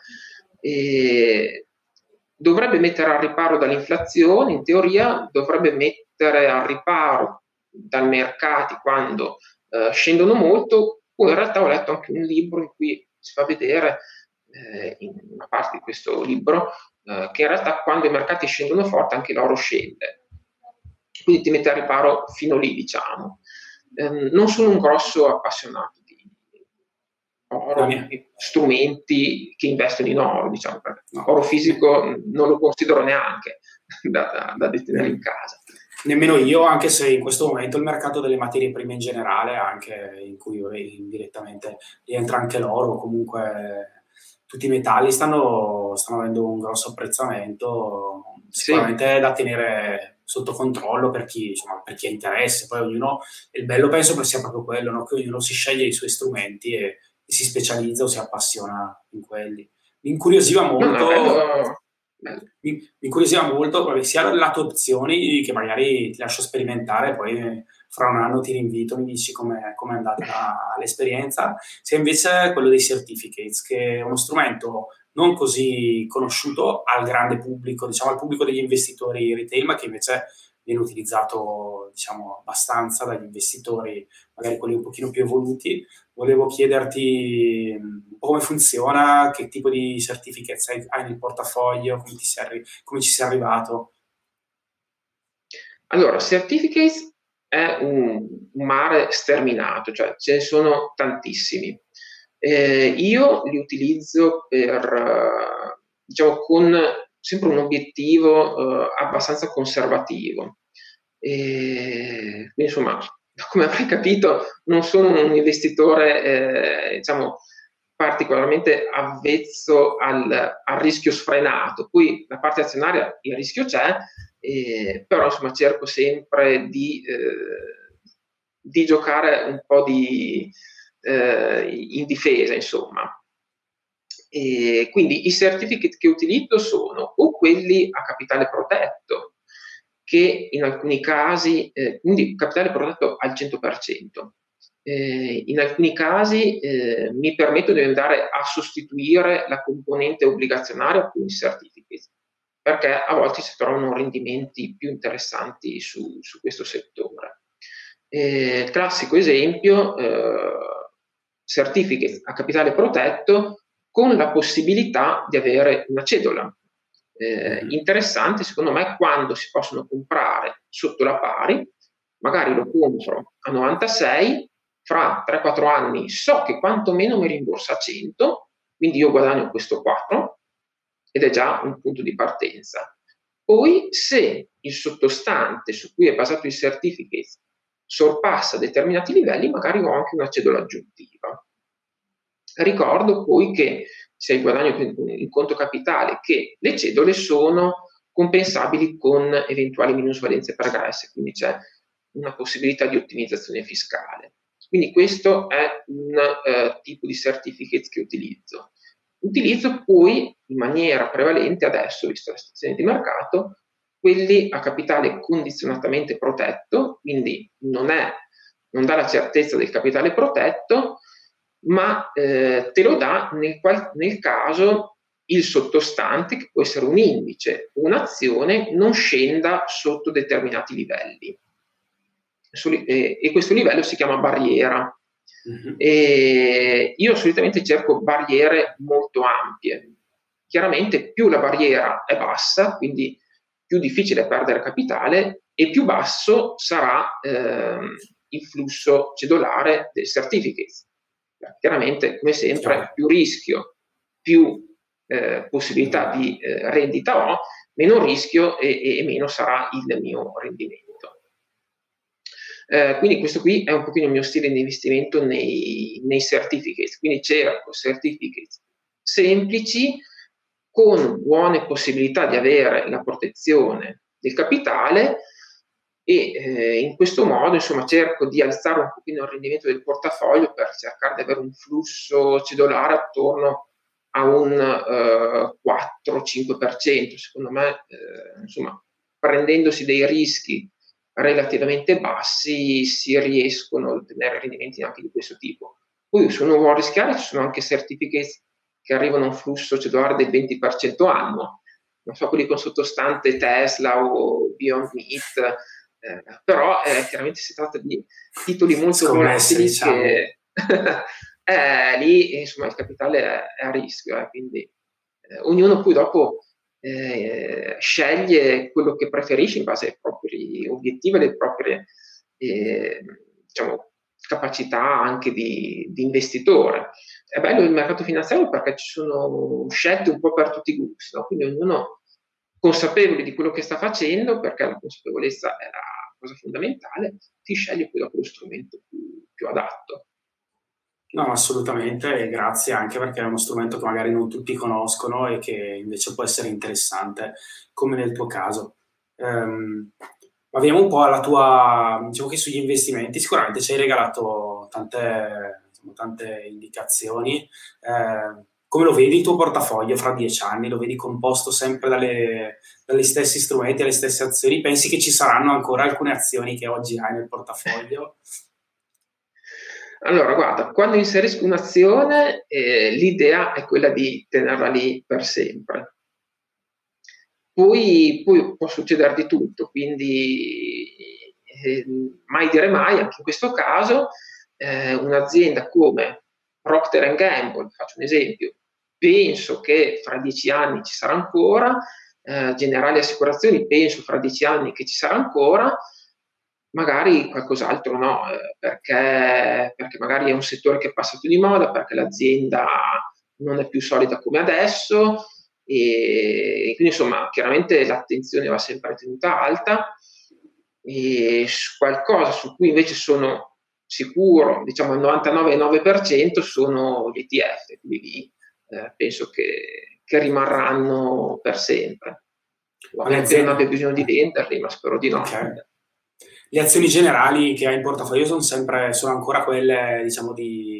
Dovrebbe mettere al riparo dall'inflazione, in teoria dovrebbe mettere al riparo dai mercati quando scendono molto. Poi in realtà ho letto anche un libro in cui si fa vedere, in una parte di questo libro, che in realtà quando i mercati scendono forte anche l'oro scende. Quindi ti mette al riparo fino lì, diciamo. Non sono un grosso appassionato di oro, di strumenti che investono in oro, diciamo, perché oro fisico non lo considero neanche da detenere in casa. Nemmeno io, anche se in questo momento il mercato delle materie prime in generale, anche in cui indirettamente rientra anche l'oro, comunque tutti i metalli stanno avendo un grosso apprezzamento, Sì, sicuramente è da tenere sotto controllo per chi, insomma, per chi ha interesse. Poi ognuno, il bello penso che sia proprio quello, no? Che ognuno si sceglie i suoi strumenti e si specializza o si appassiona in quelli. Mi incuriosiva no, no, molto, bello, bello. mi incuriosiva molto, vabbè, sia dal lato opzioni che magari ti lascio sperimentare, poi fra un anno ti rinvito, mi dici com'è andata l'esperienza, sia invece quello dei certificates, che è uno strumento non così conosciuto al grande pubblico, diciamo al pubblico degli investitori retail, ma che invece viene utilizzato, diciamo, abbastanza dagli investitori, magari quelli un pochino più evoluti. Volevo chiederti un po' come funziona, che tipo di certificates hai nel portafoglio, come ci sei arrivato. Allora, certificates è un mare sterminato, cioè ce ne sono tantissimi. Io li utilizzo diciamo, con sempre un obiettivo abbastanza conservativo. Quindi, insomma, come avrai capito, non sono un investitore, diciamo, particolarmente avvezzo al rischio sfrenato. Poi la parte azionaria il rischio c'è, però insomma cerco sempre di giocare un po' in difesa, insomma. E quindi i certificate che utilizzo sono o quelli a capitale protetto, che in alcuni casi, quindi capitale protetto al 100%, in alcuni casi mi permettono di andare a sostituire la componente obbligazionaria con i certificati, perché a volte si trovano rendimenti più interessanti su questo settore. Classico esempio, certificate a capitale protetto con la possibilità di avere una cedola. Interessante secondo me quando si possono comprare sotto la pari, magari lo compro a 96, fra 3-4 anni so che quantomeno mi rimborsa a 100, quindi io guadagno questo 4 ed è già un punto di partenza. Poi se il sottostante su cui è basato il certificate sorpassa determinati livelli, magari ho anche una cedola aggiuntiva. Ricordo poi che se il guadagno in conto capitale, che le cedole sono compensabili con eventuali minusvalenze pregresse, quindi c'è una possibilità di ottimizzazione fiscale. Quindi questo è un tipo di certificate che utilizzo. Utilizzo poi in maniera prevalente adesso, visto la situazione di mercato, quelli a capitale condizionatamente protetto, quindi non dà la certezza del capitale protetto, ma te lo dà nel caso il sottostante, che può essere un indice o un'azione, non scenda sotto determinati livelli. E questo livello si chiama barriera. E io solitamente cerco barriere molto ampie. Chiaramente più la barriera è bassa, quindi più difficile perdere capitale, e più basso sarà il flusso cedolare del certificate. Chiaramente, come sempre, più rischio, più possibilità di rendita ho, meno rischio e meno sarà il mio rendimento. Quindi questo qui è un pochino il mio stile di investimento nei certificate, quindi cerco certificate semplici con buone possibilità di avere la protezione del capitale e in questo modo insomma cerco di alzare un pochino il rendimento del portafoglio per cercare di avere un flusso cedolare attorno a un 4-5%. Secondo me insomma prendendosi dei rischi relativamente bassi si riescono a ottenere rendimenti anche di questo tipo. Poi se uno vuole rischiare ci sono anche certificati che arrivano a un flusso cedolare del 20% annuo, non so, quelli con sottostante Tesla o Beyond Meat, però chiaramente si tratta di titoli molto Scommesse, volatili diciamo. che lì insomma il capitale è a rischio, quindi ognuno poi dopo sceglie quello che preferisce in base ai propri obiettivi e alle proprie diciamo, capacità anche di investitore. È bello il mercato finanziario perché ci sono scelte un po' per tutti i gusti, no? Quindi ognuno consapevole di quello che sta facendo, perché la consapevolezza è la cosa fondamentale, si sceglie poi dopo lo strumento più adatto. No, assolutamente, e grazie anche perché è uno strumento che magari non tutti conoscono e che invece può essere interessante, come nel tuo caso. Ma veniamo un po' alla tua, diciamo che sugli investimenti, sicuramente ci hai regalato tante, insomma, tante indicazioni. Come lo vedi il tuo portafoglio fra 10 anni? Lo vedi composto sempre dagli stessi strumenti, dalle stesse azioni? Pensi che ci saranno ancora alcune azioni che oggi hai nel portafoglio? Allora, guarda, quando inserisco un'azione, l'idea è quella di tenerla lì per sempre. Poi può succedere di tutto, quindi mai dire mai, anche in questo caso, un'azienda come Procter Gamble, faccio un esempio, penso che fra 10 anni ci sarà ancora, Generali Assicurazioni penso fra 10 anni che ci sarà ancora, magari qualcos'altro no, perché magari è un settore che è passato di moda, perché l'azienda non è più solida come adesso, e quindi insomma chiaramente l'attenzione va sempre tenuta alta, e su qualcosa su cui invece sono sicuro, diciamo al 99,9% sono gli ETF, quindi lì penso che rimarranno per sempre. Ma le A meno che non abbia aziende... bisogno di venderli, ma spero di no. Ok. Le azioni generali che hai in portafoglio sono ancora quelle, diciamo,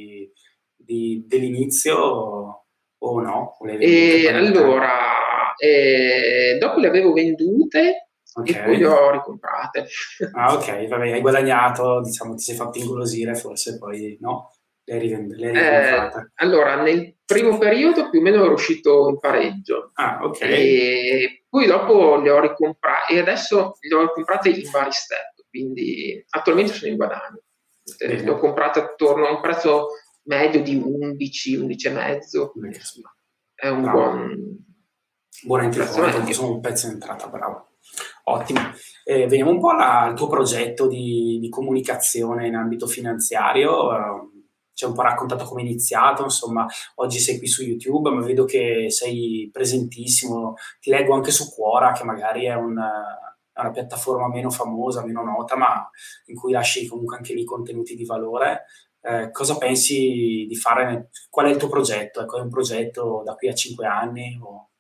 dell'inizio o no? O le hai vendute E poi nel tempo? allora, dopo le avevo vendute Ok. e poi le ho ricomprate. Ah, ok, vabbè, hai guadagnato, diciamo, ti sei fatto ingolosire, forse poi no, le hai ricomprate. Allora, nel primo periodo più o meno ero uscito in pareggio Ah, ok, e poi dopo le ho ricomprate e adesso le ho ricomprate in vari step, quindi attualmente sono in guadagno. Le ho bene. comprate attorno a un prezzo medio di 11, 11,5, quindi insomma è un Bravo. buon Buona entry prezzo point, medio. insomma un pezzo in entrata, bravo. Ottimo. Veniamo un po' al tuo progetto di comunicazione in ambito finanziario. Ci hai un po' raccontato come è iniziato, insomma, oggi sei qui su YouTube, ma vedo che sei presentissimo. Ti leggo anche su Quora, che magari è una piattaforma meno famosa, meno nota, ma in cui lasci comunque anche lì contenuti di valore. Cosa pensi di fare? Qual è il tuo progetto? Ecco, è un progetto da qui a 5 anni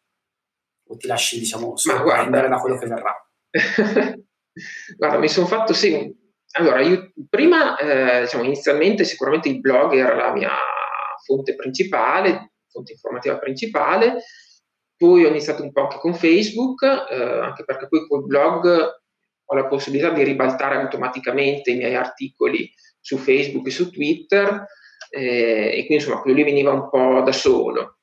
o ti lasci, diciamo, Ma sorprendere guarda, da quello che verrà? guarda, mi son fatto sì, allora io prima, diciamo inizialmente sicuramente il blog era la mia fonte principale, fonte informativa principale, poi ho iniziato un po' anche con Facebook, anche perché poi col blog ho la possibilità di ribaltare automaticamente i miei articoli su Facebook e su Twitter, e quindi insomma quello lì veniva un po' da solo.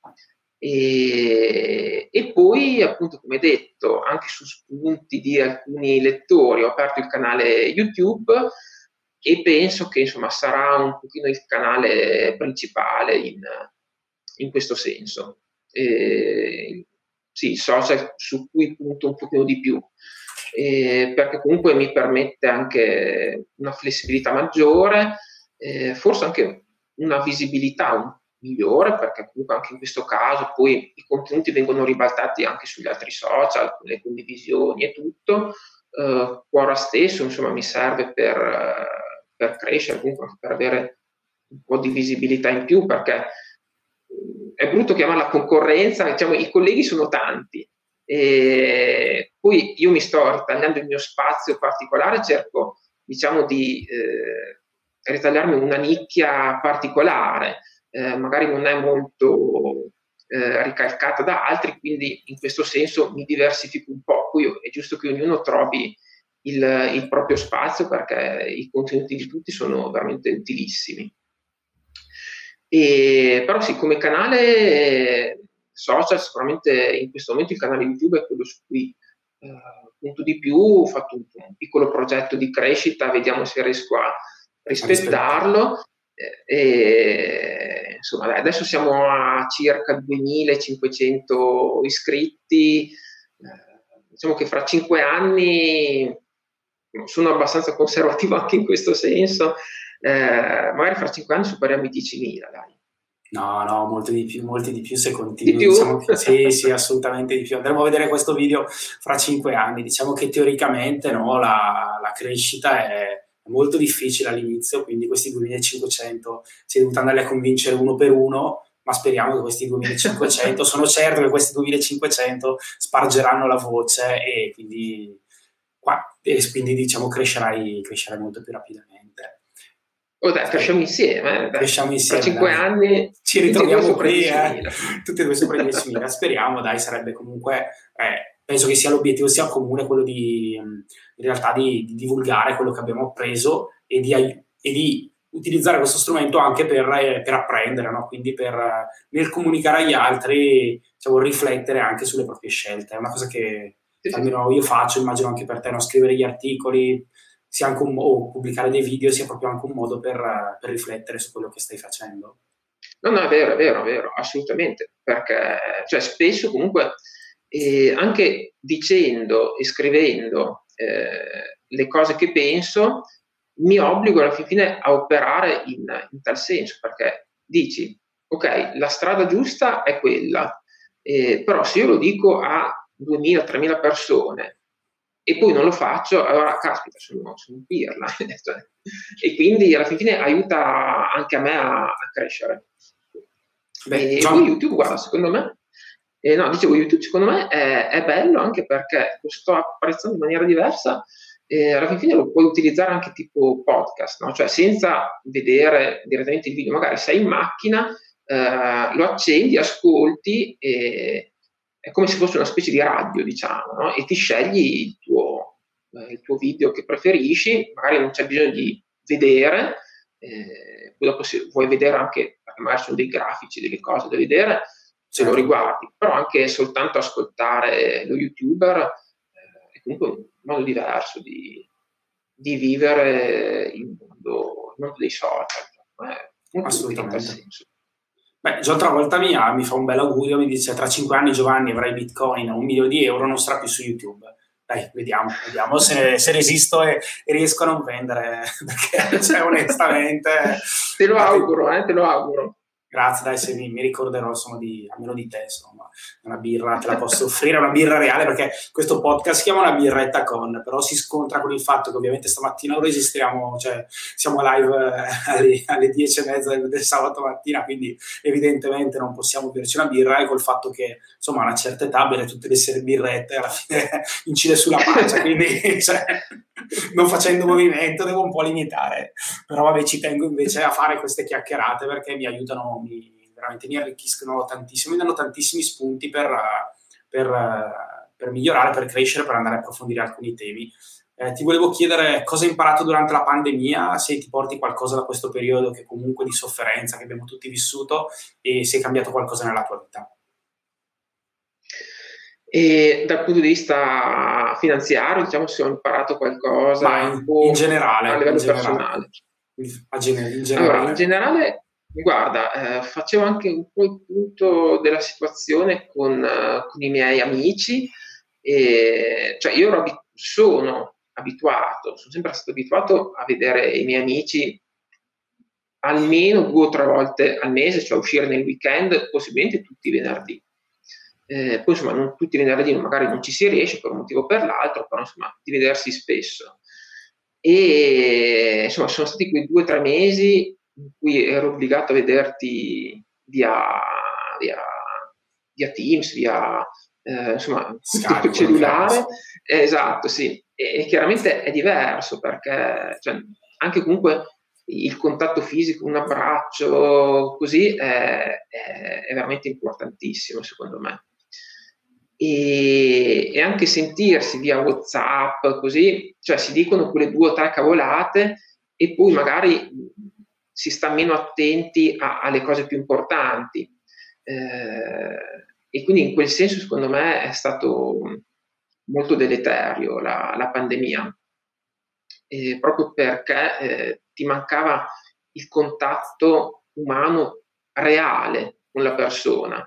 E poi, appunto, come detto, anche su spunti di alcuni lettori ho aperto il canale YouTube e penso che insomma sarà un pochino il canale principale in questo senso. Sì, social su cui punto un pochino di più, perché comunque mi permette anche una flessibilità maggiore, forse anche una visibilità migliore, perché comunque anche in questo caso poi i contenuti vengono ribaltati anche sugli altri social, con le condivisioni e tutto. Quora stesso insomma mi serve per crescere, comunque anche per avere un po' di visibilità in più, perché è brutto chiamarla concorrenza, diciamo, i colleghi sono tanti, e poi io mi sto ritagliando il mio spazio particolare, cerco diciamo di ritagliarmi una nicchia particolare, magari non è molto ricalcata da altri, quindi in questo senso mi diversifico un po'. Poi è giusto che ognuno trovi il proprio spazio, perché i contenuti di tutti sono veramente utilissimi. Però sì, come canale social, sicuramente in questo momento il canale YouTube è quello su cui punto di più. Ho fatto un piccolo progetto di crescita, vediamo se riesco a Rispetto. rispettarlo. Insomma, dai, adesso siamo a circa 2500 iscritti. Diciamo che fra 5 anni, sono abbastanza conservativo anche in questo senso, magari fra 5 anni superiamo i 10.000, dai. No, no, molti di più se Di continui, più? diciamo che sì, sì, assolutamente di più. Andremo a vedere questo video fra 5 anni. Diciamo che teoricamente no, la crescita è molto difficile all'inizio, quindi questi 2500 si è dovuto andare a convincere uno per uno, ma speriamo che questi 2500, sono certo che questi 2500 spargeranno la voce e quindi diciamo crescerai molto più rapidamente. Oh dai, cresciamo insieme. Cresciamo insieme. Tra 5 anni ci ritroviamo qui, tutti e due sopra i 10.000. Speriamo, dai, sarebbe comunque, penso che sia l'obiettivo sia comune quello in realtà di divulgare quello che abbiamo appreso e di utilizzare questo strumento anche per apprendere, no? Quindi nel comunicare agli altri, diciamo, riflettere anche sulle proprie scelte. È una cosa che almeno io faccio, immagino anche per te, no? Scrivere gli articoli, sia anche o pubblicare dei video, sia proprio anche un modo per riflettere su quello che stai facendo. No, è vero, assolutamente, perché cioè, spesso comunque anche dicendo e scrivendo le cose che penso, mi obbligo alla fine a operare in tal senso, perché dici, ok, la strada giusta è quella, però se io lo dico a 2.000-3.000 persone e poi non lo faccio, allora caspita, sono un pirla. E quindi alla fine aiuta anche a me a crescere. E poi YouTube, guarda, secondo me, YouTube secondo me è bello anche perché lo sto apprezzando in maniera diversa. Alla fine lo puoi utilizzare anche tipo podcast, no? Cioè senza vedere direttamente il video, magari sei in macchina, lo accendi, ascolti, e è come se fosse una specie di radio, diciamo, no? E ti scegli il tuo video che preferisci, magari non c'è bisogno di vedere, poi dopo se vuoi vedere anche, perché magari sono dei grafici, delle cose da vedere, se lo riguardi, però anche soltanto ascoltare lo YouTuber è comunque un modo diverso di vivere il mondo dei social. Assolutamente. Beh, già l'altra volta mi fa un bel augurio, mi dice tra 5 anni Giovanni avrai Bitcoin a 1 milione di euro, non sarà più su YouTube. Dai, vediamo se resisto e riesco a non vendere, perché cioè, onestamente... Te lo auguro. Grazie, dai, se mi ricorderò almeno di te, insomma, una birra te la posso offrire, una birra reale, perché questo podcast si chiama Una birretta con, però si scontra con il fatto che ovviamente stamattina lo registriamo, cioè siamo live alle 10:30 del sabato mattina, quindi evidentemente non possiamo berci una birra, e col fatto che, insomma, a una certa età bere tutte le sere birrette alla fine incide sulla pancia, quindi cioè, non facendo movimento devo un po' limitare, però vabbè, ci tengo invece a fare queste chiacchierate perché mi aiutano, veramente mi arricchiscono tantissimo, mi danno tantissimi spunti per migliorare, per crescere, per andare a approfondire alcuni temi. Ti volevo chiedere cosa hai imparato durante la pandemia, se ti porti qualcosa da questo periodo che comunque di sofferenza che abbiamo tutti vissuto, e se è cambiato qualcosa nella tua vita. E dal punto di vista finanziario, diciamo, se ho imparato qualcosa in generale, a livello personale. Allora, in generale, guarda, facevo anche un po' il punto della situazione con i miei amici, cioè io sono sempre stato abituato a vedere i miei amici almeno 2 o 3 volte al mese, cioè uscire nel weekend, possibilmente tutti i venerdì. Poi insomma non tutti i venerdì magari non ci si riesce per un motivo o per l'altro, però insomma di vedersi spesso. E insomma sono stati quei 2 o 3 mesi in cui ero obbligato a vederti via Teams, insomma tutto il cellulare. Esatto, sì. E chiaramente è diverso perché cioè, anche comunque il contatto fisico, un abbraccio, così è veramente importantissimo secondo me. E anche sentirsi via WhatsApp, così, cioè si dicono quelle 2 o 3 cavolate e poi magari si sta meno attenti alle cose più importanti. E quindi in quel senso secondo me è stato molto deleterio la pandemia, proprio perché ti mancava il contatto umano reale con la persona.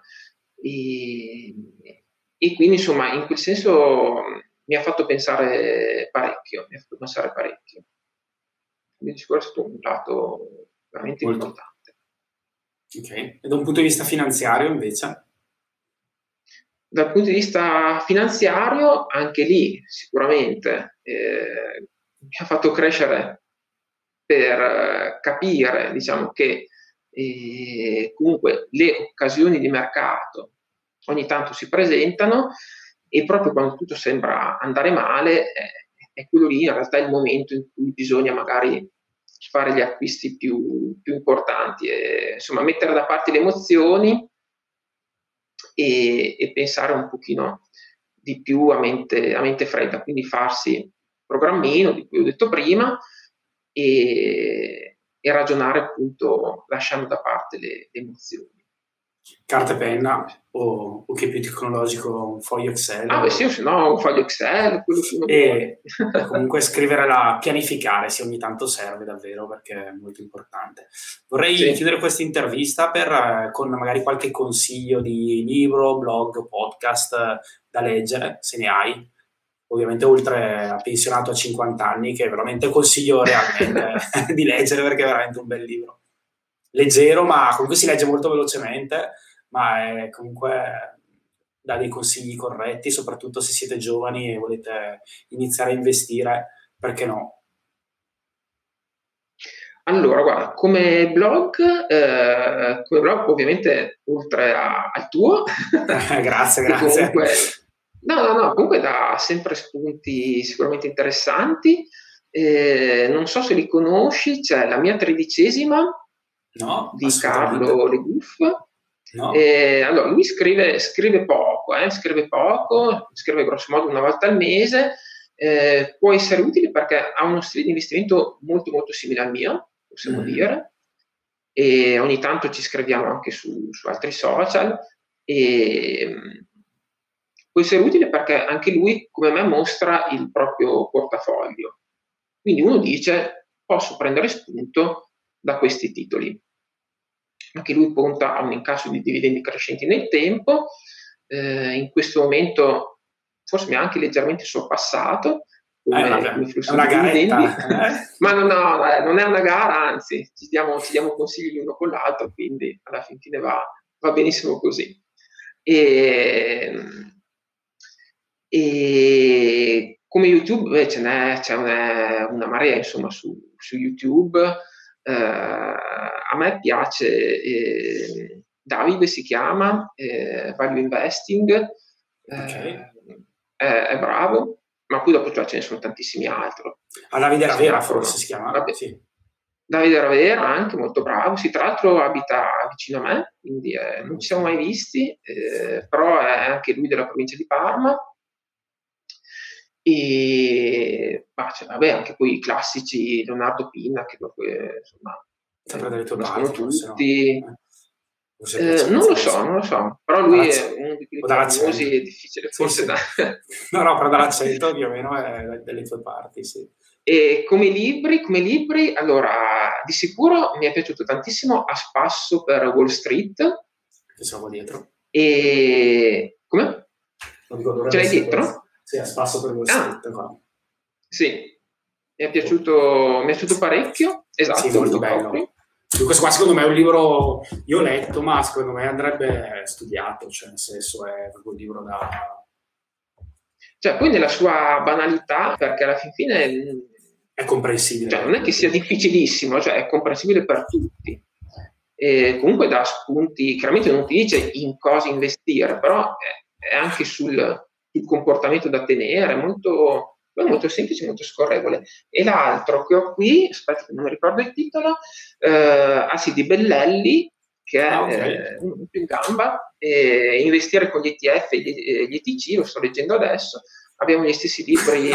E quindi insomma in quel senso mi ha fatto pensare parecchio. Quindi sicuramente è stato un lato veramente molto importante. Ok, e da un punto di vista finanziario invece? Dal punto di vista finanziario, anche lì sicuramente mi ha fatto crescere per capire, diciamo, che comunque le occasioni di mercato ogni tanto si presentano, e proprio quando tutto sembra andare male è quello lì in realtà il momento in cui bisogna magari fare gli acquisti più importanti, e insomma mettere da parte le emozioni e pensare un pochino di più a mente fredda, quindi farsi programmino di cui ho detto prima e ragionare appunto lasciando da parte le emozioni. Carta e penna o che più tecnologico, un foglio Excel. Ah, beh, sì, se no un foglio Excel, quello che uno vuole. Comunque pianificare se ogni tanto serve davvero, perché è molto importante. Vorrei chiudere questa intervista con magari qualche consiglio di libro, blog, podcast da leggere, se ne hai. Ovviamente oltre a pensionato a 50 anni, che veramente consiglio realmente di leggere, perché è veramente un bel libro. Leggero, ma comunque si legge molto velocemente, ma è comunque dà dei consigli corretti, soprattutto se siete giovani e volete iniziare a investire, perché no? Allora, guarda, come blog ovviamente oltre al tuo, grazie. Comunque, comunque dà sempre spunti sicuramente interessanti. Non so se li conosci, c'è La mia tredicesima di Carlo Legouf. No. Allora, lui scrive poco, scrive grosso modo una volta al mese, può essere utile perché ha uno stile di investimento molto molto simile al mio, possiamo dire, e ogni tanto ci scriviamo anche su altri social, e può essere utile perché anche lui, come me, mostra il proprio portafoglio. Quindi uno dice, posso prendere spunto da questi titoli. Anche lui punta a un incasso di dividendi crescenti nel tempo, in questo momento forse mi ha anche leggermente sorpassato come flusso di dividendi, ma non è una gara, anzi ci diamo consigli l'uno con l'altro, quindi alla fine va benissimo così. E come YouTube c'è una marea, insomma, su YouTube. A me piace Davide, si chiama, Value Investing, è bravo, ma poi dopo ce ne sono tantissimi altri. Davide Ravera forse si chiama? Vabbè. Sì. Davide Ravera, anche molto bravo, sì, tra l'altro abita vicino a me, quindi non ci siamo mai visti, però è anche lui della provincia di Parma. E vabbè, anche poi i classici, Leonardo Pinna, che insomma conoscono tutti. No. Non lo so, però lui è uno di quelli famosi, è difficile forse da... No, però dall'accento più o meno è delle tue parti, sì. E come libri, allora, di sicuro mi è piaciuto tantissimo A spasso per Wall Street. Che siamo dietro. E... come? Ce l'hai dietro? Sì, A spasso per Wall Street. Qua. Sì, mi è piaciuto parecchio, esatto. Sì, molto bello. Questo qua secondo me è un libro, io ho letto, ma secondo me andrebbe studiato, cioè nel senso è proprio un libro da... Cioè poi nella sua banalità, perché alla fine è comprensibile. Cioè, non è che sia difficilissimo, cioè è comprensibile per tutti. E comunque dà spunti, chiaramente non ti dice in cosa investire, però è anche sul comportamento da tenere, molto semplice, molto scorrevole. E l'altro che ho qui, aspetta che non mi ricordo il titolo, di Bellelli, che è un più in gamba, investire con gli ETF e gli ETC, lo sto leggendo adesso, abbiamo gli stessi libri.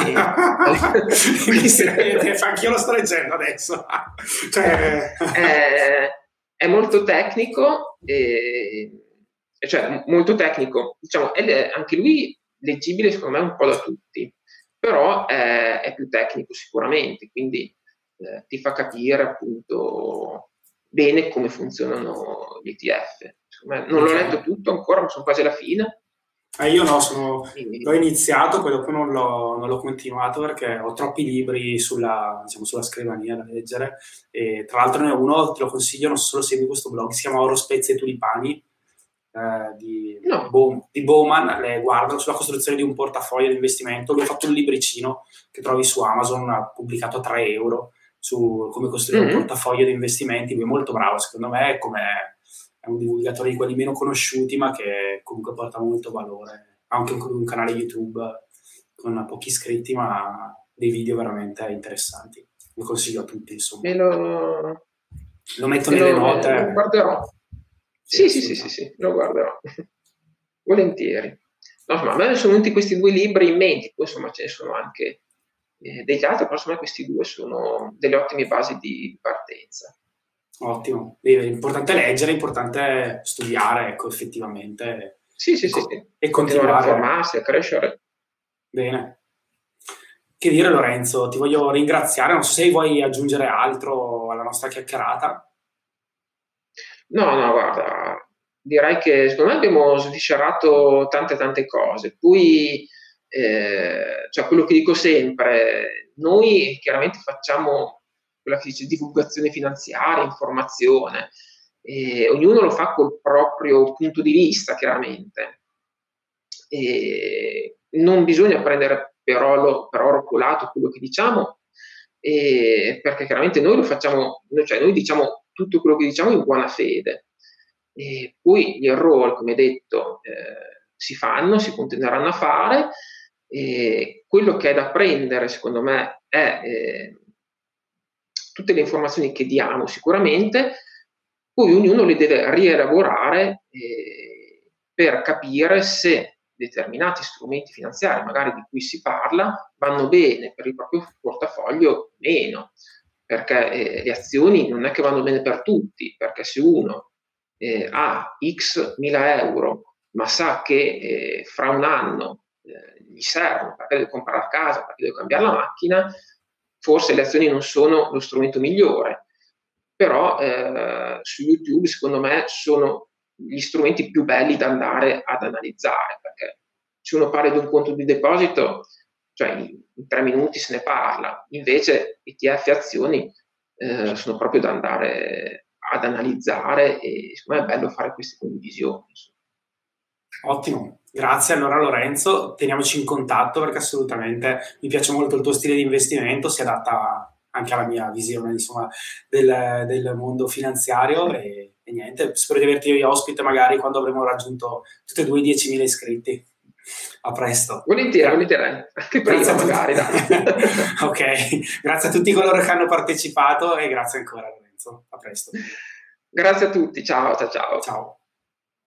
Anch'io lo sto leggendo adesso. Cioè... è molto tecnico, cioè molto tecnico, diciamo, ed è anche lui leggibile secondo me un po' da tutti, però è più tecnico sicuramente, quindi ti fa capire appunto bene come funzionano gli ETF. Non l'ho letto tutto ancora, ma sono quasi alla fine. Io no, l'ho iniziato, poi dopo non l'ho continuato perché ho troppi libri sulla scrivania da leggere, e tra l'altro ne ho uno, te lo consiglio, non so se lo segui questo blog, si chiama Oro, Spezie e Tulipani, di Bowman, guarda sulla costruzione di un portafoglio di investimento. Lui ha fatto un libricino che trovi su Amazon, pubblicato a 3 euro, su come costruire un portafoglio di investimenti. Lui è molto bravo, secondo me, è un divulgatore di quelli meno conosciuti, ma che comunque porta molto valore. Ha anche un canale YouTube con pochi iscritti, ma dei video veramente interessanti. Lo consiglio a tutti, insomma. Lo metto nelle note. Lo guarderò. Sì, lo guarderò. Volentieri. No, insomma, a me sono venuti questi 2 libri in mente, poi insomma ce ne sono anche degli altri, però insomma questi 2 sono delle ottime basi di partenza. Ottimo. L'importante è leggere, è importante studiare, ecco, effettivamente. Sì. E continuare a formarsi, a crescere. Bene. Che dire, Lorenzo, ti voglio ringraziare, non so se vuoi aggiungere altro alla nostra chiacchierata. No, guarda, direi che secondo me abbiamo sviscerato tante cose. Poi, cioè quello che dico sempre, noi chiaramente facciamo quella che dice divulgazione finanziaria, informazione, e ognuno lo fa col proprio punto di vista, chiaramente. E non bisogna prendere per oro colato quello che diciamo, perché chiaramente noi lo facciamo, cioè noi diciamo tutto quello che diciamo in buona fede. E poi gli errori, come detto, si fanno, si continueranno a fare, e quello che è da prendere, secondo me, è tutte le informazioni che diamo sicuramente, poi ognuno le deve rielaborare per capire se determinati strumenti finanziari, magari di cui si parla, vanno bene per il proprio portafoglio o meno, perché le azioni non è che vanno bene per tutti, perché se uno ha x mila euro, ma sa che fra un anno gli servono perché deve comprare la casa, perché deve cambiare la macchina, forse le azioni non sono lo strumento migliore. Però su YouTube secondo me sono gli strumenti più belli da andare ad analizzare, perché se uno parla di un conto di deposito, cioè in 3 minuti se ne parla, invece ETF e azioni sono proprio da andare ad analizzare, e secondo me è bello fare queste condivisioni. Ottimo, grazie allora Lorenzo, teniamoci in contatto perché assolutamente mi piace molto il tuo stile di investimento, si adatta anche alla mia visione, insomma, del mondo finanziario e niente, spero di averti ospite magari quando avremo raggiunto tutti e due i 10.000 iscritti. A presto. Volentieri, anche prima magari. Ok, grazie a tutti coloro che hanno partecipato e grazie ancora Lorenzo, a presto. Grazie a tutti, ciao. Ciao.